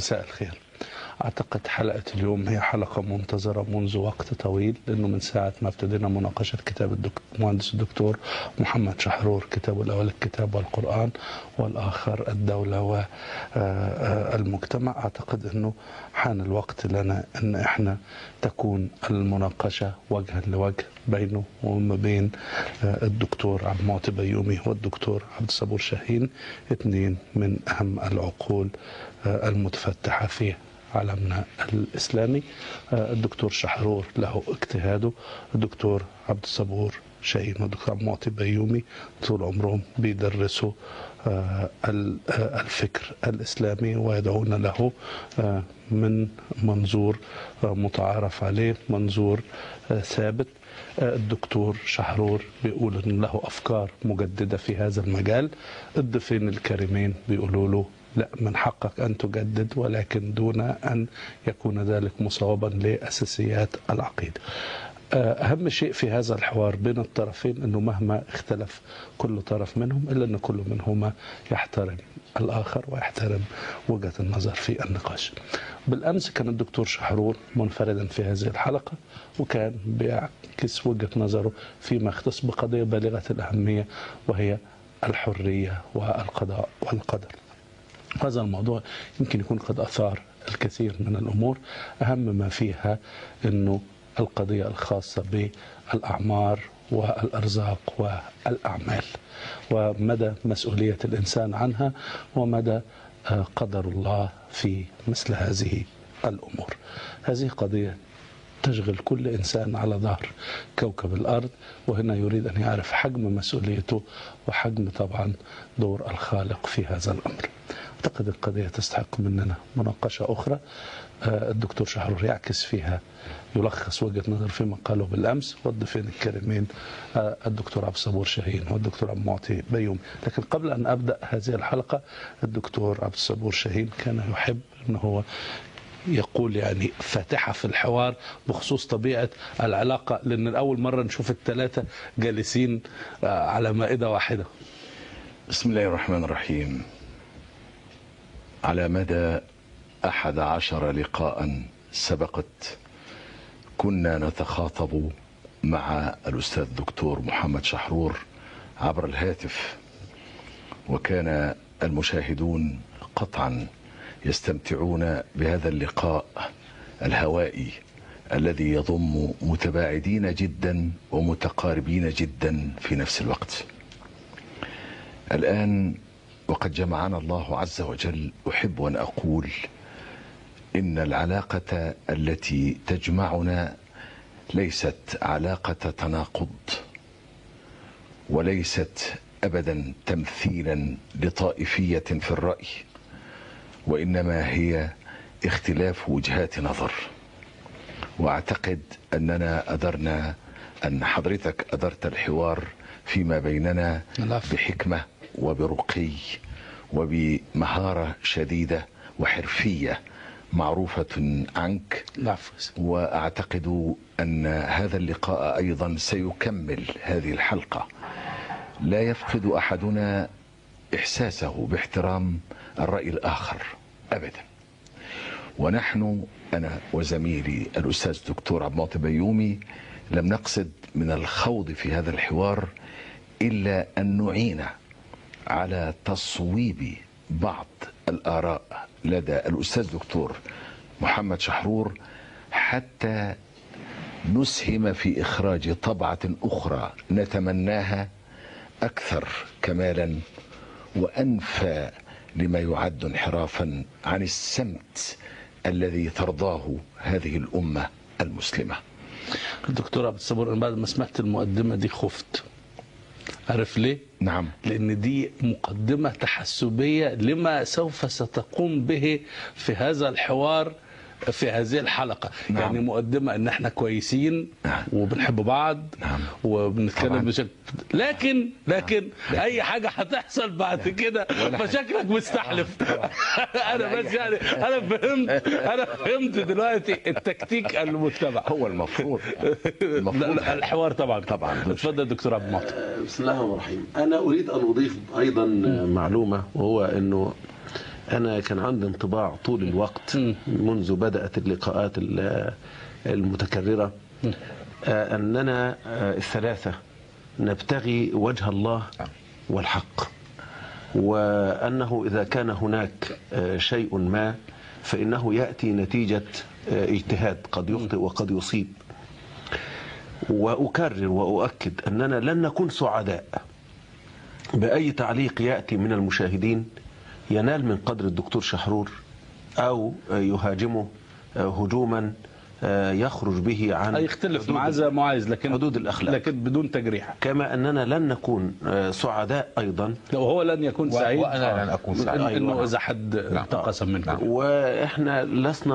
مساء الخير. أعتقد حلقة اليوم هي حلقة منتظرة منذ وقت طويل، لأنه من ساعة ما ابتدينا مناقشة كتاب المهندس الدكتور محمد شحرور، كتابه الأول الكتاب والقرآن والآخر الدولة والمجتمع. أعتقد أنه حان الوقت لنا أن إحنا تكون المناقشة وجها لوجه بينه وما بين الدكتور عبد المعطي بيومي والدكتور عبد الصبور شاهين، اثنين من أهم العقول المتفتحة في عالمنا الإسلامي. الدكتور شحرور له اجتهاده، الدكتور عبد الصبور شاهين والدكتور عبد المعطي بيومي طول عمرهم بيدرسوا الفكر الإسلامي ويدعون له من منظور متعارف عليه، منظور ثابت. الدكتور شحرور بيقول إن له أفكار مجددة في هذا المجال. الضيفين الكريمين بيقولوا له لا، من حقك أن تجدد، ولكن دون أن يكون ذلك مصوبا لأساسيات العقيدة. أهم شيء في هذا الحوار بين الطرفين أنه مهما اختلف كل طرف منهم إلا أن كل منهما يحترم الآخر ويحترم وجهة النظر في النقاش. بالأمس كان الدكتور شحرور منفردا في هذه الحلقة، وكان بيعكس وجهة نظره فيما يختص بقضية بالغة الأهمية، وهي الحرية والقضاء والقدر. هذا الموضوع يمكن يكون قد أثار الكثير من الأمور، أهم ما فيها أنه القضية الخاصة بالأعمار والأرزاق والأعمال ومدى مسؤولية الإنسان عنها ومدى قدر الله في مثل هذه الأمور. هذه قضية تشغل كل إنسان على ظهر كوكب الأرض، وهنا يريد أن يعرف حجم مسؤوليته وحجم طبعا دور الخالق في هذا الأمر. أعتقد القضية تستحق مننا مناقشة أخرى. الدكتور شحرور يعكس فيها، يلخص وجهة نظر فيما قاله بالأمس، والضيفين الكريمين الدكتور عبد الصبور شاهين والدكتور عبد المعطي بيومي. لكن قبل أن أبدأ هذه الحلقة، الدكتور عبد الصبور شاهين كان يحب أنه هو يقول يعني فاتحة في الحوار بخصوص طبيعة العلاقة، لأن الأول مرة نشوف الثلاثة جالسين على مائدة واحدة. بسم الله الرحمن الرحيم. على مدى 11 لقاء سبقت كنا نتخاطب مع الأستاذ الدكتور محمد شحرور عبر الهاتف، وكان المشاهدون قطعا يستمتعون بهذا اللقاء الهوائي الذي يضم متباعدين جدا ومتقاربين جدا في نفس الوقت. الآن وقد جمعنا الله عز وجل، أحب أن أقول إن العلاقة التي تجمعنا ليست علاقة تناقض، وليست أبدا تمثيلا لطائفية في الرأي، وإنما هي اختلاف وجهات نظر. وأعتقد أننا أن حضرتك أدرت الحوار فيما بيننا بحكمة وبرقي وبمهارة شديدة وحرفية معروفة عنك. وأعتقد أن هذا اللقاء أيضا سيكمل هذه الحلقة. لا يفقد أحدنا إحساسه باحترام الرأي الآخر أبدا. ونحن أنا وزميلي الأستاذ الدكتور عبد المعطي بيومي لم نقصد من الخوض في هذا الحوار إلا أن نعين على تصويب بعض الآراء لدى الأستاذ الدكتور محمد شحرور، حتى نسهم في إخراج طبعة أخرى نتمناها أكثر كمالا وأنفى لما يعد انحرافا عن السمت الذي ترضاه هذه الأمة المسلمة. الدكتور عبد الصبور، أنا بعد ما سمعت المقدمة دي خفت. عارف ليه؟ نعم. لأن دي مقدمة تحسبية لما سوف ستقوم به في هذا الحوار في هذه الحلقة. نعم. يعني مقدمة ان احنا كويسين. نعم. وبنحب بعض. نعم. وبنتكلم بشكل، لكن اي حاجة هتحصل بعد كده فشكلك مستحلف. انا بس يعني انا فهمت دلوقتي التكتيك المتبع. هو المفروض الحوار طبعا. اتفضل دكتور عبد المعطي. بسم الله الرحمن الرحيم. انا اريد ان اضيف ايضا معلومة، وهو انه أنا كان عندي انطباع طول الوقت منذ بدأت اللقاءات المتكررة أننا الثلاثة نبتغي وجه الله والحق، وأنه إذا كان هناك شيء ما فإنه يأتي نتيجة اجتهاد، قد يخطئ وقد يصيب. وأكرر وأؤكد أننا لن نكون سعداء بأي تعليق يأتي من المشاهدين ينال من قدر الدكتور شحرور أو يهاجمه هجوما يخرج به عن يختلف معايز لكن حدود الأخلاق، لكن بدون تجريح. كما أننا لن نكون سعداء أيضا، وهو لن يكون سعيد، وأنا لن أكون سعيد إنه إذا حد انتقص منكم. وإحنا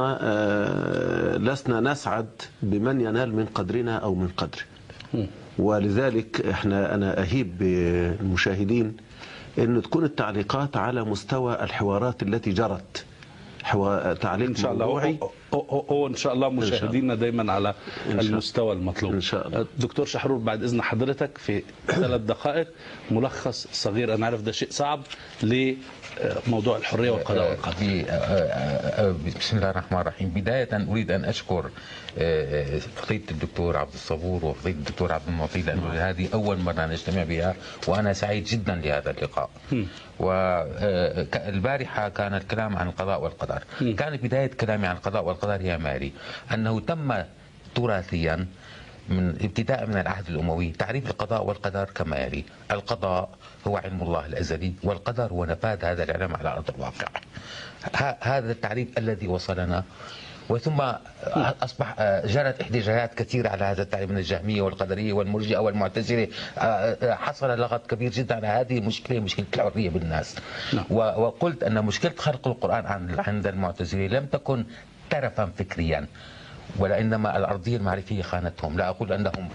لسنا نسعد بمن ينال من قدرنا أو من قدره. ولذلك أنا أهيب بالمشاهدين أن تكون التعليقات على مستوى الحوارات التي جرت، تعليق إن شاء الله موضوعي. هو إن شاء الله مشاهدينا دايما على المستوى المطلوب. إن شاء الله. دكتور شحرور، بعد إذن حضرتك في 3 دقائق ملخص صغير، أنا عارف ده شيء صعب، لموضوع الحرية والقضاء والقدر. بسم الله الرحمن الرحيم. بداية أريد أن أشكر فضيلة الدكتور عبد الصبور وفضيلة الدكتور عبد المعطي، لأنه هذه أول مرة نجتمع بها وأنا سعيد جدا لهذا اللقاء. والبارحة كان الكلام عن القضاء والقدر. كانت بداية كلامي عن القضاء والقدر يا مالي أنه تم تراثيا من ابتداء من العهد الأموي تعريف القضاء والقدر كما يلي: القضاء هو علم الله الأزلي، والقدر هو نفاذ هذا العلم على أرض الواقع. هذا التعريف الذي وصلنا، وثم أصبح جرت احتجاجات كثيرة على هذا التعريف من الجهمية والقدرية والمرجئة والمعتزلة. حصل لغط كبير جدا على هذه المشكلة، مشكلة الحرية بالناس. وقلت أن مشكلة خلق القرآن عند المعتزلة لم تكن ترفا فكريا، ولإنما الأرضية المعرفية خانتهم. لا أقول أنهم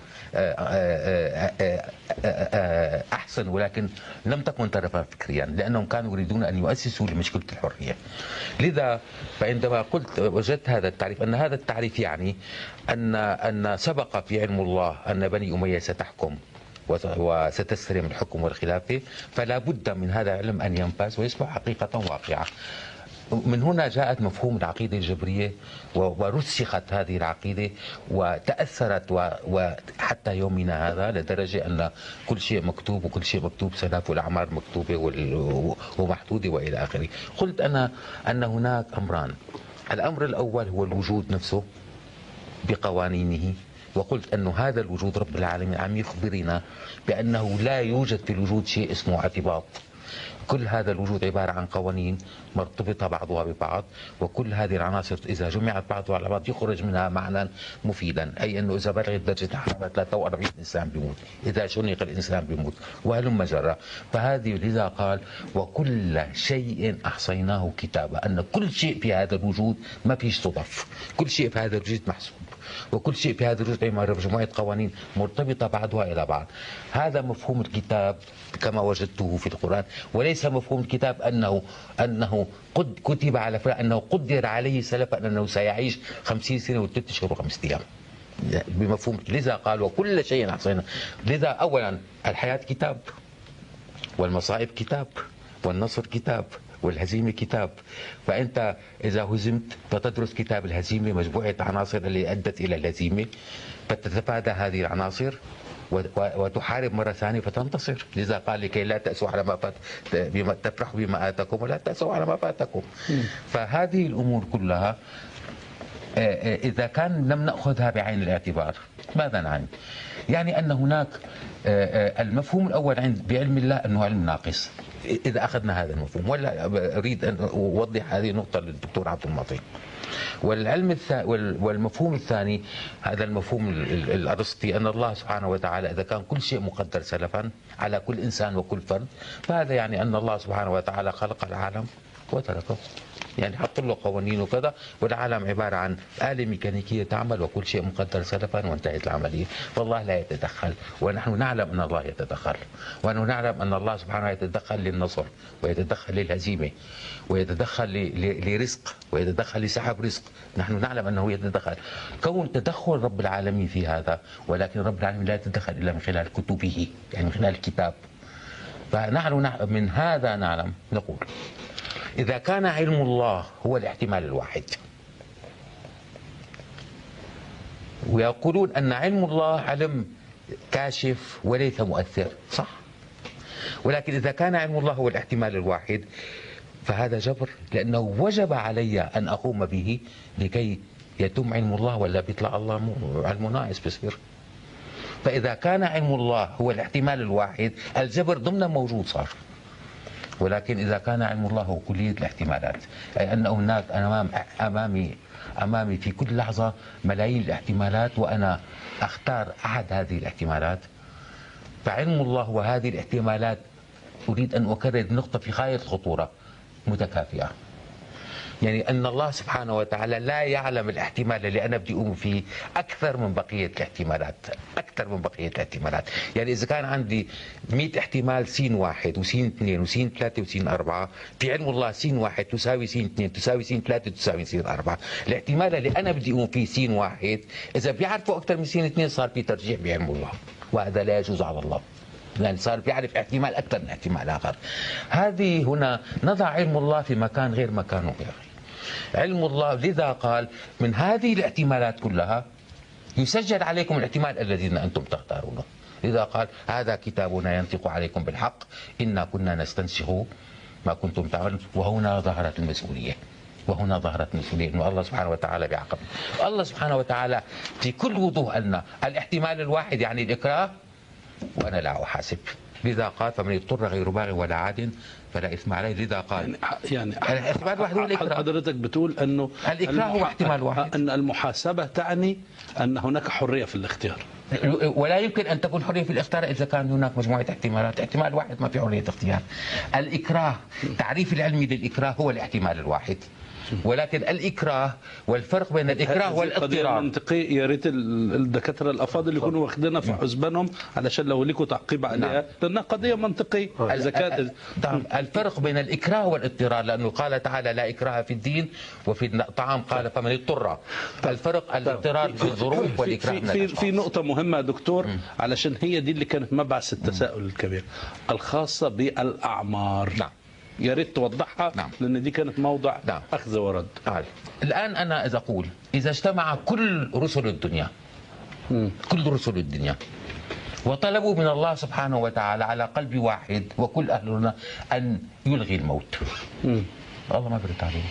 أحسن، ولكن لم تكن ترفا فكريا، لأنهم كانوا يريدون أن يؤسسوا لمشكلة الحرية. لذا فعندما قلت وجدت هذا التعريف، أن هذا التعريف يعني أن سبق في علم الله أن بني أمية ستحكم وستستلم الحكم والخلافة، فلا بد من هذا العلم أن ينفذ ويصبح حقيقة واقعة. من هنا جاءت مفهوم العقيدة الجبرية، ورسخت هذه العقيدة وتأثرت وحتى يومنا هذا، لدرجة أن كل شيء مكتوب، وكل شيء مكتوب، سلاف والأعمار مكتوبة ومحدودة وإلى آخره. قلت أنا أن هناك أمران: الأمر الأول هو الوجود نفسه بقوانينه، وقلت أن هذا الوجود رب العالمين عم يخبرنا بأنه لا يوجد في الوجود شيء اسمه اعتباط. كل هذا الوجود عبارة عن قوانين مرتبطة بعضها ببعض، وكل هذه العناصر إذا جمعت بعضها على بعض يخرج منها معنى مفيدا، أي أنه إذا بلغت درجة الحرارة 43 الإنسان بيموت، إذا شنق الإنسان بيموت، وهلم جرى. فهذه لذا قال: وكل شيء أحصيناه كتابا، أن كل شيء في هذا الوجود ما فيش صدف، كل شيء في هذا الوجود محسوب، وكل شيء في هذا الوجود مجموعة قوانين مرتبطة بعضها إلى بعض. هذا مفهوم الكتاب كما وجدته في القرآن، وليس مفهوم الكتاب أنه قد كتب على فلان، أنه قدر عليه سلفا أنه سيعيش 50 سنة و3 أشهر و5 أيام بمفهوم. لذا قال: وكل شيء أحصينا. لذا أولا الحياة كتاب، والمصائب كتاب، والنصر كتاب، والهزيمة كتاب. فأنت إذا هزمت فتدرس كتاب الهزيمة، مجموعة عناصر اللي أدت إلى الهزيمة، فتتفادى هذه العناصر وتحارب مرة ثانية فتنتصر. لذا قال: لكي لا تأسوا على ما فات، تفرحوا بما آتاكم ولا تأسوا على ما فاتكم. فهذه الأمور كلها إذا كان لم نأخذها بعين الاعتبار ماذا نعني؟ يعني أن هناك المفهوم الأول بعلم الله أنه علم ناقص، إذا أخذنا هذا المفهوم. ولا أريد أن أوضح هذه النقطة للدكتور عبد المعطي. والمفهوم الثاني هذا المفهوم الأرسطي، أن الله سبحانه وتعالى إذا كان كل شيء مقدر سلفا على كل إنسان وكل فرد، فهذا يعني أن الله سبحانه وتعالى خلق العالم وتركه، يعني حط له قوانين وكذا، والعالم عبارة عن آلة ميكانيكية تعمل، وكل شيء مقدر سلفا وانتهت العملية. فالله لا يتدخل، ونحن نعلم أن الله يتدخل، ونحن نعلم أن الله سبحانه يتدخل للنصر، ويتدخل للهزيمة، ويتدخل لرزق، ويتدخل لسحب رزق. نحن نعلم أنه يتدخل. كون تدخل رب العالمين في هذا، ولكن رب العالمين لا يتدخل إلا من خلال كتبه، يعني من خلال الكتاب. فنحن من هذا نعلم نقول إذا كان علم الله هو الاحتمال الواحد، ويقولون أن علم الله علم كاشف وليس مؤثر، صح، ولكن إذا كان علم الله هو الاحتمال الواحد فهذا جبر، لأنه وجب علي أن أقوم به لكي يتم علم الله، ولا بيطلع الله علم ناقص بصير. فإذا كان علم الله هو الاحتمال الواحد الجبر ضمن موجود صار. ولكن إذا كان علم الله هو كلية الاحتمالات، أي أن هناك أمامي في كل لحظة ملايين الاحتمالات وأنا أختار أحد هذه الاحتمالات، فعلم الله وهذه الاحتمالات أريد أن أكرر نقطة في غاية الخطورة متكافئة. يعني أن الله سبحانه وتعالى لا يعلم الاحتمال اللي أنا بدي أقوم فيه أكثر من بقية الاحتمالات، أكثر من بقية الاحتمالات. يعني إذا كان عندي 100 احتمال سين واحد وسين اثنين وسين ثلاثة وسين أربعة، في علم الله سين واحد تساوي سين اثنين تساوي سين ثلاثة تساوي سين أربعة. الاحتمال اللي أنا بدي أقوم فيه سين واحد إذا بيعرفوا أكثر من سين اثنين صار في ترجيح بعلم الله، وهذا لا يجوز على الله، لأن صار بيعرف احتمال أكثر من احتمال آخر. هذه هنا نضع علم الله في مكان غير مكانه يا أخي. علم الله لذا قال من هذه الاحتمالات كلها يسجل عليكم الاحتمال الذين أنتم تختارونه. لذا قال هذا كتابنا ينطق عليكم بالحق إنا كنا نستنسخ ما كنتم تعملون. وهنا ظهرت المسؤولية، وهنا ظهرت المسؤولية أن الله سبحانه وتعالى بيعاقب. الله سبحانه وتعالى في كل وضوح لنا الاحتمال الواحد يعني الإكراه، وأنا لا أحاسب. لذا قال فمن اضطر غير باغ ولا عاد فلا إثم عليه. لذا قال يعني الاحتمال واحد هو الإكراه. حضرتك بتقول أنه الإكراه هو احتمال واحد، أن المحاسبة تعني أن هناك حرية في الاختيار، ولا يمكن أن تكون حرية في الاختيار إذا كان هناك مجموعة احتمالات. احتمال واحد ما في حرية اختيار. الإكراه، تعريف العلمي للإكراه هو الاحتمال الواحد، ولكن الإكراه والفرق بين الإكراه والاضطرار منطقي. يا ريت الدكاترة الأفاضل يكونوا واخدينها في حسبانهم علشان لو لكم تعقيب عليها، لأنها قضية منطقية. إذا كانت الفرق بين الإكراه والاضطرار، لأنه قال تعالى لا إكراه في الدين، وفي الطعام قال فمن اضطر. فالفرق الاضطرار في الظروف والإكراه في نقطة مهمة يا دكتور، علشان هي دي اللي كانت مبعث التساؤل الكبير الخاصة بالأعمار. نعم. يا ريت توضحها. نعم. لأن دي كانت موضع أخذ ورد. الآن أنا إذا أقول إذا اجتمع كل رسل الدنيا، كل رسل الدنيا وطلبوا من الله سبحانه وتعالى على قلب واحد وكل أهلنا أن يلغي الموت، الله ما يبرد عليه،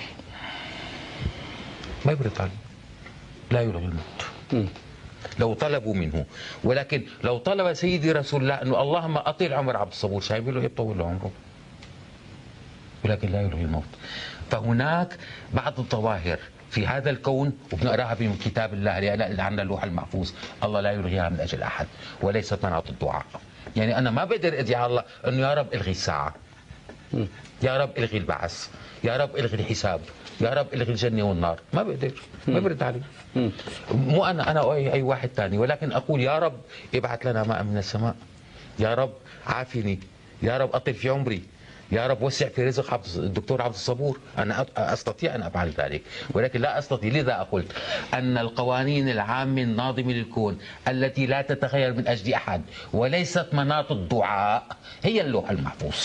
ما يبرد عليه، لا يلغي الموت لو طلبوا منه. ولكن لو طلب سيدي رسول الله أنه اللهم أطيل عمر عبد الصبور، سايب له يطول عمره، ولكن لا يلغي الموت. فهناك بعض الظواهر في هذا الكون وبنقراها في كتاب الله، لأن عندنا اللوح المحفوظ، الله لا يلغيها من أجل أحد وليست مناط الدعاء. يعني أنا ما بقدر أدعي على الله أنه يا رب إلغي الساعة، يا رب إلغي البعث، يا رب إلغي الحساب، يا رب إلغي الجنة والنار، ما بقدر، ما برد عليه. مو أنا أو أي واحد ثاني، ولكن أقول يا رب ابعث لنا ماء من السماء، يا رب عافني، يا رب أطل في عمري، يا رب وسع في رزق الدكتور عبد الصبور. أنا أستطيع أن أفعل ذلك، ولكن لا أستطيع. لذا قلت أن القوانين العامة الناظمة للكون التي لا تتغير من أجل أحد وليست مناط الدعاء هي اللوح المحفوظ.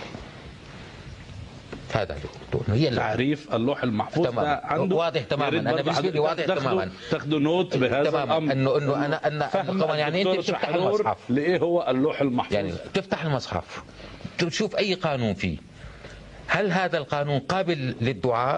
هذا هي تعريف اللوح المحفوظ. تمام. عنده واضح تماما. أنا بالنسبة لي واضح تماما. تاخذوا نوت بهذا تماما. الأمر إنه أنا طبعا يعني أنت بتفتح المصحف، لإيه هو اللوح المحفوظ؟ يعني تفتح المصحف تشوف أي قانون فيه، هل هذا القانون قابل للدعاء؟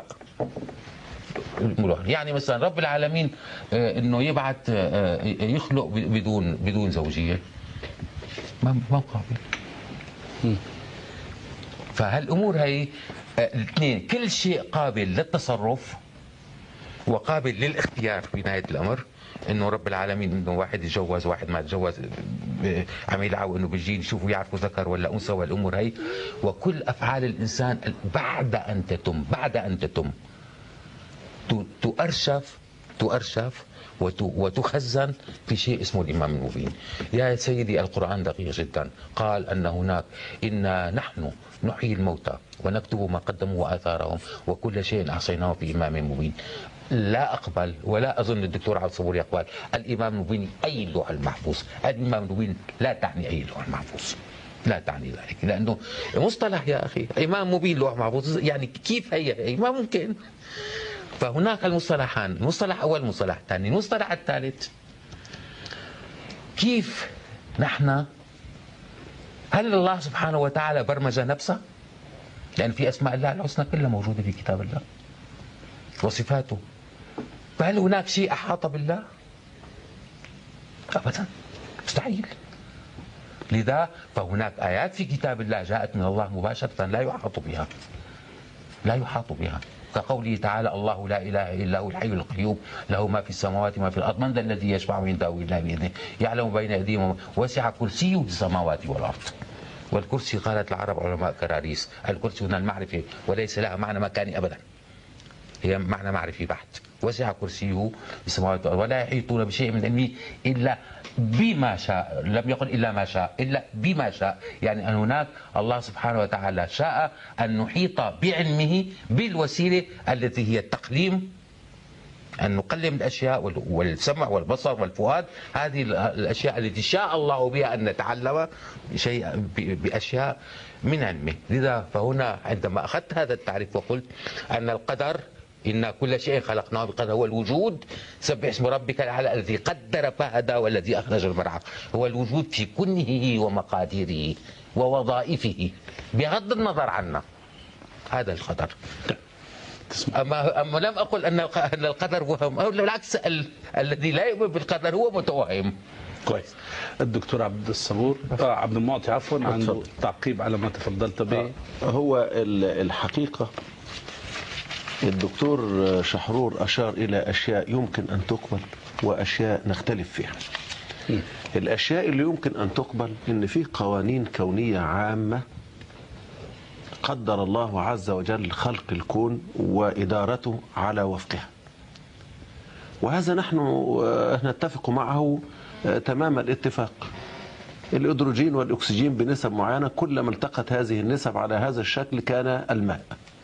يعني مثلا رب العالمين انه يبعث يخلق بدون زوجيه، ما قابل. فهالامور هي الاثنين، كل شيء قابل للتصرف وقابل للاختيار في نهايه الامر. انه رب العالمين انه واحد يتجوز واحد ما يتجوز، عم يلعبوا انه بيجي يشوفوا يعرفوا ذكر ولا انثى والامور هي. وكل افعال الانسان بعد ان تتم تؤرشف وتخزن في شيء اسمه الإمام المبين. يا سيدي القرآن دقيق جدا، قال أن هناك إنا نحن نحيي الموتى ونكتب ما قدموا وآثارهم وكل شيء أحصيناه في إمام مبين. لا أقبل ولا أظن الدكتور عبد الصبور يقبل الإمام المبين أي اللوح المحفوظ. الإمام المبين لا تعني أي اللوح المحفوظ. لا تعني ذلك، لأنه مصطلح يا أخي، إمام مبين لوح محفوظ، يعني كيف هي ما ممكن. فهناك المصطلحان، المصطلح أول، المصطلح الثاني، المصطلح الثالث كيف نحن، هل الله سبحانه وتعالى برمج نفسه؟ لأن في أسماء الله الحسنى كلها موجودة في كتاب الله وصفاته، فهل هناك شيء أحاط بالله؟ أبدا، مستحيل. لذا فهناك آيات في كتاب الله جاءت من الله مباشرة لا يحاط بها، لا يحاط بها، كقوله تعالى: الله لا إله إلا هو الحي القيوم له ما في السماوات وما في الأرض من ذا الذي يشفع عنده إلا بإذنه يعلم بين أيديهم وسع كرسيه السماوات والأرض. والكرسي قالت العرب علماء كراريس، الكرسي هنا المعرفة وليس لها معنى مكاني أبدا، هي معنى معرفي بحت. وسع كرسيه السماوات والأرض ولا يحيطون بشيء من علمه إلا بما شاء، لم يقل إلا ما شاء، إلا بما شاء، يعني أن هناك الله سبحانه وتعالى شاء أن نحيط بعلمه بالوسيلة التي هي التقليم، أن نقلم الأشياء والسمع والبصر والفؤاد، هذه الأشياء التي شاء الله بها أن نتعلم شيء بأشياء من علمه. لذا فهنا عندما أخذت هذا التعريف وقلت أن القدر، إن كل شيء خلقناه بقدر، هو الوجود، سبح اسم ربك الأعلى الذي قدر فهدى والذي أخرج المرعى، هو الوجود في كنهه ومقاديره ووظائفه بغض النظر عنا، هذا القدر. أما لم أقل أن القدر وهم، أو بالعكس الذي لا يؤمن بالقدر هو متوهم. كويس. الدكتور عبد الصبور عبد المعطي عفوا عنده تعقيب على ما تفضلت به. هو الحقيقة الدكتور شحرور أشار إلى أشياء يمكن أن تقبل وأشياء نختلف فيها. الأشياء اللي يمكن أن تقبل إن في قوانين كونية عامة قدر الله عز وجل خلق الكون وإدارته على وفقها، وهذا نحن نتفق معه تمام الاتفاق. الأدروجين والأكسجين بنسب معينة، كلما التقت هذه النسب على هذا الشكل كان الماء،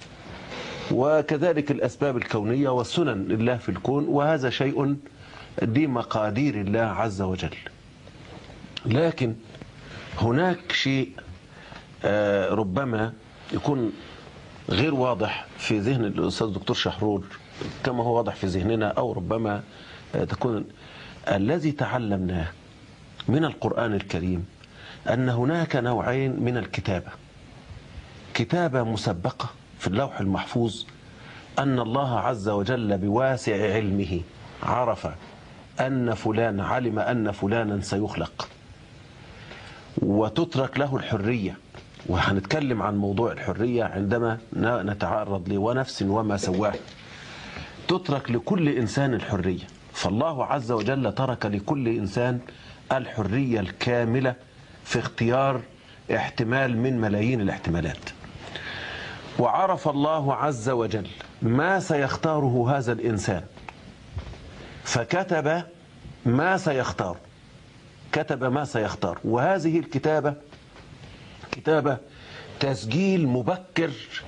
وكذلك الأسباب الكونية والسنن الله في الكون، وهذا شيء دي مقادير الله عز وجل. لكن هناك شيء ربما يكون غير واضح في ذهن الأستاذ الدكتور شحرور كما هو واضح في ذهننا، أو ربما تكون الذي تعلمناه من القرآن الكريم أن هناك نوعين من الكتابة: كتابة مسبقة في اللوح المحفوظ، أن الله عز وجل بواسع علمه عرف أن فلان، علم أن فلانا سيخلق، وتترك له الحرية، وهنتكلم عن موضوع الحرية عندما نتعرض له، ونفس وما سواه، تترك لكل إنسان الحرية. فالله عز وجل ترك لكل إنسان الحرية الكاملة في اختيار احتمال من ملايين الاحتمالات، وعرف الله عز وجل ما سيختاره هذا الإنسان فكتب ما سيختار، كتب ما سيختار. وهذه الكتابة كتابة تسجيل مبكر،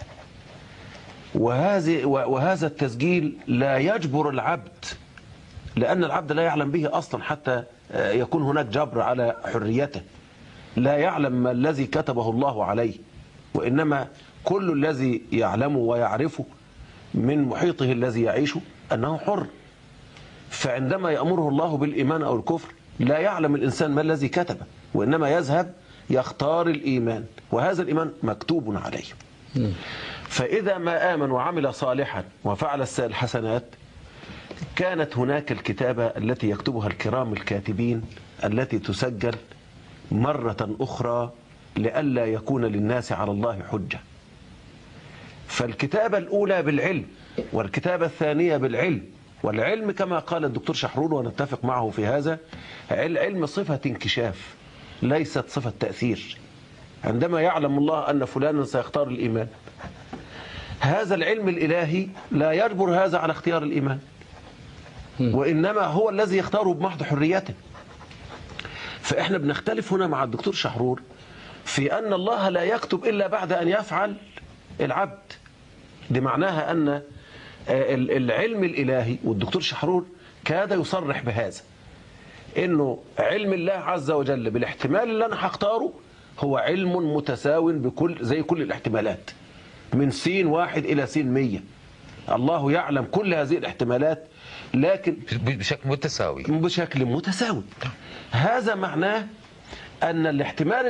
وهذا التسجيل لا يجبر العبد، لأن العبد لا يعلم به أصلا حتى يكون هناك جبر على حريته، لا يعلم ما الذي كتبه الله عليه، وإنما كل الذي يعلمه ويعرفه من محيطه الذي يعيشه أنه حر. فعندما يأمره الله بالإيمان أو الكفر لا يعلم الإنسان ما الذي كتبه، وإنما يذهب يختار الإيمان، وهذا الإيمان مكتوب عليه. فإذا ما آمن وعمل صالحا وفعل الحسنات، كانت هناك الكتابة التي يكتبها الكرام الكاتبين التي تسجل مرة أخرى لئلا يكون للناس على الله حجة. فالكتابة الأولى بالعلم، والكتابة الثانية بالعلم. والعلم كما قال الدكتور شحرور ونتفق معه في هذا، العلم صفة انكشاف ليست صفة تأثير. عندما يعلم الله أن فلانا سيختار الإيمان، هذا العلم الإلهي لا يجبر هذا على اختيار الإيمان، وإنما هو الذي يختاره بمحض حريته. فإحنا بنختلف هنا مع الدكتور شحرور في أن الله لا يكتب إلا بعد أن يفعل العبد. دي معناها أن العلم الإلهي، والدكتور شحرور كاد يصرح بهذا، إنه علم الله عز وجل بالاحتمال اللي أنا هختاره هو علم متساو بكل زي كل الاحتمالات، من سين واحد إلى سين 100. الله يعلم كل هذه الاحتمالات، لكن بشكل متساوي. هذا معناه أن الاحتمال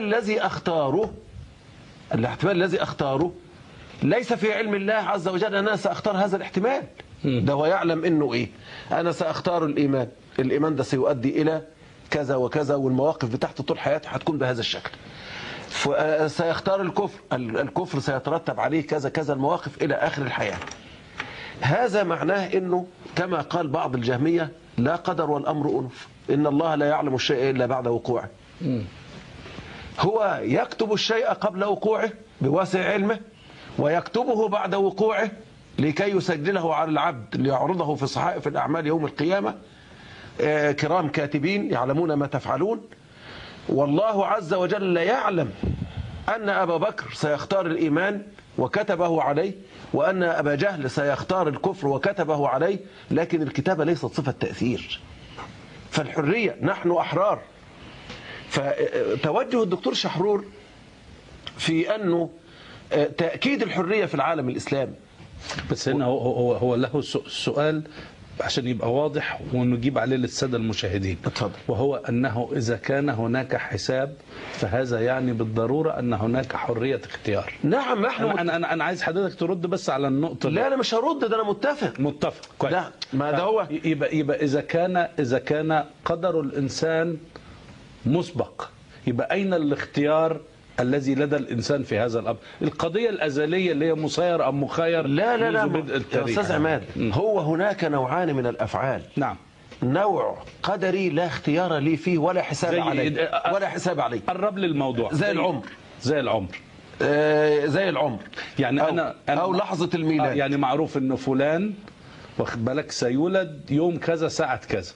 الذي أختاره ليس في علم الله عز وجل أنا سأختار هذا الاحتمال. ده هو يعلم أنه إيه، أنا سأختار الإيمان ده سيؤدي إلى كذا وكذا، والمواقف بتاعته طول حياتي هتكون بهذا الشكل. سيختار الكفر سيترتب عليه كذا كذا المواقف إلى آخر الحياة. هذا معناه أنه كما قال بعض الجهمية لا قدر والأمر أنف، إن الله لا يعلم الشيء إلا بعد وقوعه. هو يكتب الشيء قبل وقوعه بواسع علمه، ويكتبه بعد وقوعه لكي يسجله على العبد ليعرضه في صحائف الأعمال يوم القيامة. كرام كاتبين يعلمون ما تفعلون. والله عز وجل يعلم أن أبا بكر سيختار الإيمان وكتبه عليه، وأن أبا جهل سيختار الكفر وكتبه عليه، لكن الكتابة ليست صفة تأثير. فالحرية نحن أحرار. فتوجه الدكتور شحرور في أنه تأكيد الحرية في العالم الإسلامي. بس هنا هو له سؤال عشان يبقى واضح ونجيب عليه للسادة المشاهدين. اتفضل. وهو أنه إذا كان هناك حساب فهذا يعني بالضرورة أن هناك حرية اختيار. نعم. أنا عايز حضرتك ترد بس على النقطة دي. لا أنا مش هرد، ده أنا متفق كويس. لا ما ده هو يبقى إذا كان قدر الإنسان مسبق، يبقى أين الاختيار الذي لدى الإنسان في هذا الأمر؟ القضية الأزلية اللي هي مسير أم مخير لا يا أستاذ عماد، هو هناك نوعان من الأفعال. نعم. نوع قدري لا اختيار لي فيه ولا حساب عليه. قرب لي الموضوع. زي العمر. زي العمر يعني أو لحظة الميلاد. يعني معروف إنه فلان واخد بالك سيولد يوم كذا ساعة كذا،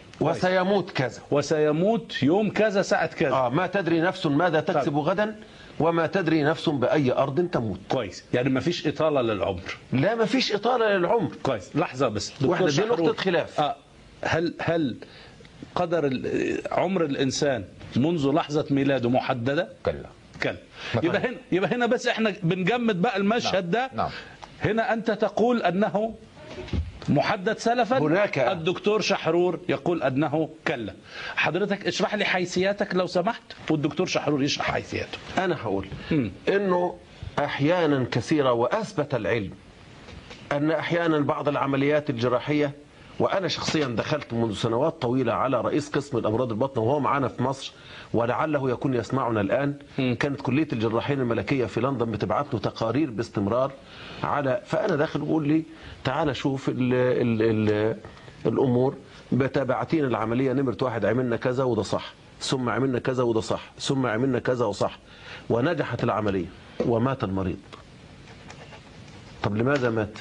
وسيموت يوم كذا ساعة كذا. ما تدري نفس ماذا تكسب غدا، وما تدري نفس بأي أرض تموت. كويس. يعني ما فيش إطالة للعمر. لا ما فيش إطالة للعمر. كويس. لحظة بس واحدة دي نقطة خلاف. هل قدر عمر الإنسان منذ لحظة ميلاده محددة؟ كلا. يبقى هنا بس احنا بنجمد بقى المشهد ده. نعم. هنا أنت تقول أنه محدد سلفا، هناك الدكتور شحرور يقول أنه كلا. حضرتك اشرح لي حيثياتك لو سمحت، والدكتور شحرور يشرح حيثياته. أنا هقول إنه أحيانا كثيرة، وأثبت العلم أن أحيانا بعض العمليات الجراحية، وأنا شخصيا دخلت منذ سنوات طويلة على رئيس قسم الأمراض البطن وهو معانا في مصر، ولعله يكون يسمعنا الآن. كانت كلية الجراحين الملكية في لندن بتبعت له تقارير باستمرار فأنا داخل بقول لي تعال شوف الأمور، بتابعتين العملية نمرة 1 عملنا كذا وده صح، ثم عملنا كذا وده صح، ثم عملنا كذا وصح، ونجحت العملية ومات المريض. طب لماذا مات؟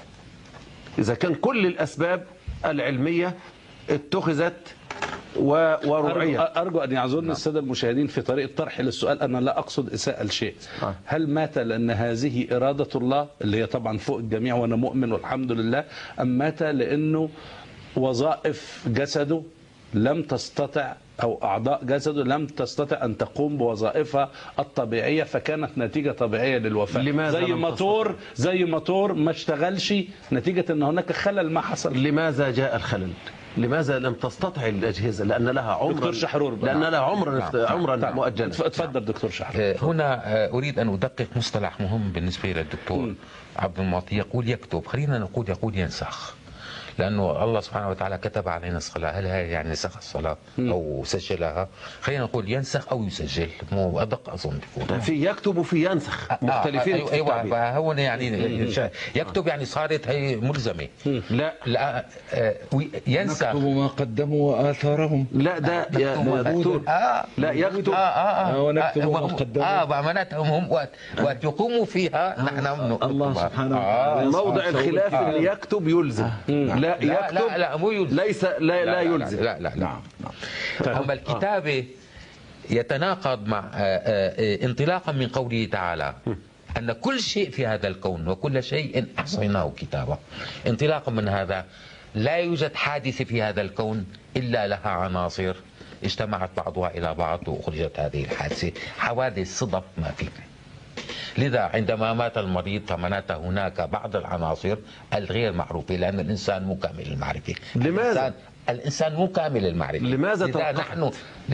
إذا كان كل الأسباب العلمية اتخذت ورعية. أرجو أن يعذرني السادة المشاهدين في طريقة طرح للسؤال. أنا لا أقصد إساءة لشيء. هل مات لأن هذه إرادة الله اللي هي طبعا فوق الجميع وأنا مؤمن والحمد لله، أم مات لأنه وظائف جسده لم تستطع أو أعضاء جسده لم تستطع أن تقوم بوظائفها الطبيعية فكانت نتيجة طبيعية للوفاة؟ زي موتور ما اشتغلش نتيجة أن هناك خلل ما حصل. لماذا جاء الخلل؟ لماذا لم تستطع الأجهزة؟ لأن لها عمرا. دكتور شحرور لأن لها عمرا مؤجلا. تفضل دكتور شحرور. هنا أريد أن أدقق مصطلح مهم بالنسبة للدكتور عبد المعطي. يقول يكتب، خلينا نقول يقول ينسخ، لأنه الله سبحانه وتعالى كتب علينا الصلاة. هل هي يعني نسخ الصلاة أو سجلها؟ خلينا نقول ينسخ أو يسجل، مو أدق أظن يكون. في يكتب وفي ينسخ مختلفين. أيوة فهون يعني يكتب يعني صارت هي ملزمة. لا ينسخ. نكتب ما قدموا وآثارهم. لا ده يا دكتور لا يكتب ونكتب ما قدموا. معناتهم هم وقت يقوموا فيها نحن الله سبحانه وتعالى. موضع الخلاف اللي يكتب يلزم. لا يكتب لا مو يلزم. ليس لا يلزم. لا نعم. أما الكتابة يتناقض مع انطلاقا من قوله تعالى أن كل شيء في هذا الكون وكل شيء أحصيناه كتابا. انطلاقا من هذا لا يوجد حادثة في هذا الكون إلا لها عناصر اجتمعت بعضها إلى بعض وأخرجت هذه الحادثة. حوادث صدف ما في. لذا عندما مات المريض فمات هناك بعض العناصر الغير معروفة، لأن الإنسان مو كامل المعرفة. لماذا؟ الإنسان مو كامل المعرفة. لماذا نحن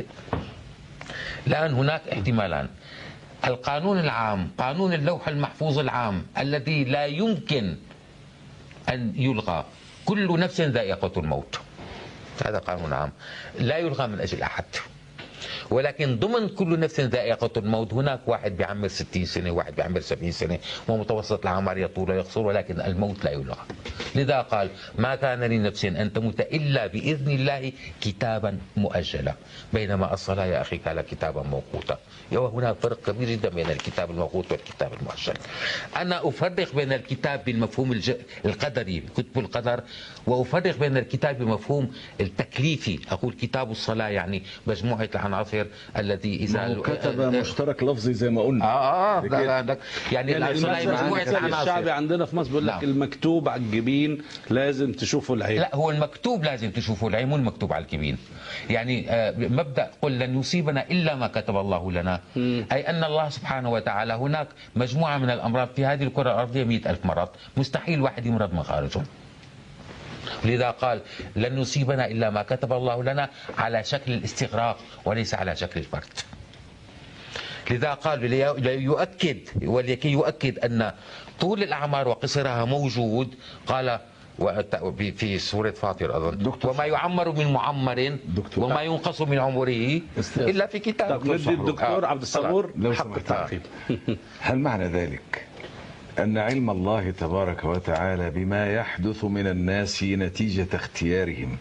الآن هناك احتمالان. القانون العام، قانون اللوح المحفوظ العام الذي لا يمكن أن يلغى، كل نفس ذائقة الموت، هذا قانون عام لا يلغى من أجل أحد. ولكن ضمن كل نفس ذائقة الموت هناك واحد بيعمر 60 سنة، واحد بيعمر 70 سنة، ومتوسط الأعمار يطول ويقصر، ولكن الموت لا يلغى. لذا قال ما كان لنفس أن تموت إلا بإذن الله كتابا مؤجلا، بينما الصلاة يا أخي كان كتابا موقوتا. وهناك فرق كبير جدا بين الكتاب الموقوت والكتاب المؤجل. أنا أفرق بين الكتاب بالمفهوم القدري، كتب القدر، وأفرق بين الكتاب بمفهوم التكليفي. أقول كتاب الصلاة يعني مجموعة العناصر الذي إذا كتب مشترك لفظي زي ما قلنا. لا يعني الشعبي عندنا في مصر بيقول لك المكتوب على الجبين لازم تشوفوا العين. لا، هو المكتوب لازم تشوفوا العين، مو المكتوب على الجبين. يعني مبدأ قل لن يصيبنا إلا ما كتب الله لنا، أي أن الله سبحانه وتعالى هناك مجموعة من الأمراض في هذه الكرة الأرضية 100,000 مرض، مستحيل واحد يمرض من خارجهم. لذا قال لن يصيبنا إلا ما كتب الله لنا على شكل الاستغراق وليس على شكل الفرد. لذا قال ليؤكد ولكي يؤكد أن طول الأعمار وقصرها موجود، قال في سورة فاطر أظن وما يعمر من معمر وما ينقص من عمره إلا في كتاب. ندي الدكتور عبد الصبور حق التعقيب. هل معنى ذلك أن علم الله تبارك وتعالى بما يحدث من الناس نتيجة اختيارهم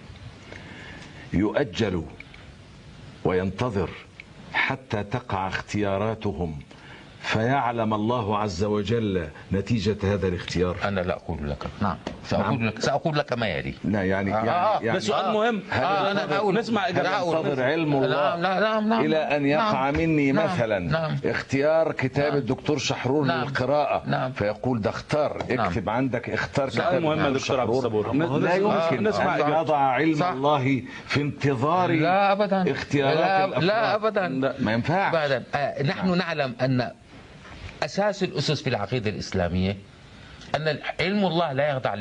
يؤجل وينتظر حتى تقع اختياراتهم فيعلم الله عز وجل نتيجة هذا الاختيار؟ أنا لا أقول لك. نعم سأقول لك ما يلي. لا يعني ده سؤال مهم. أنا أقول نسمع إجابة. ينتظر علم الله نعم. إلى أن يقع مني مثلا نعم. اختيار كتاب الدكتور شحرور للقراءة، فيقول ده اختار، اكتب عندك اختار سؤال مهم يا دكتور عبد الصبور. لا يمكن أن يضع علم الله في انتظار اختيارات الأفراد. لا أبدا ما ينفعش. نحن نعلم أن أساس الأسس في العقيدة الإسلامية أن علم الله لا يخضع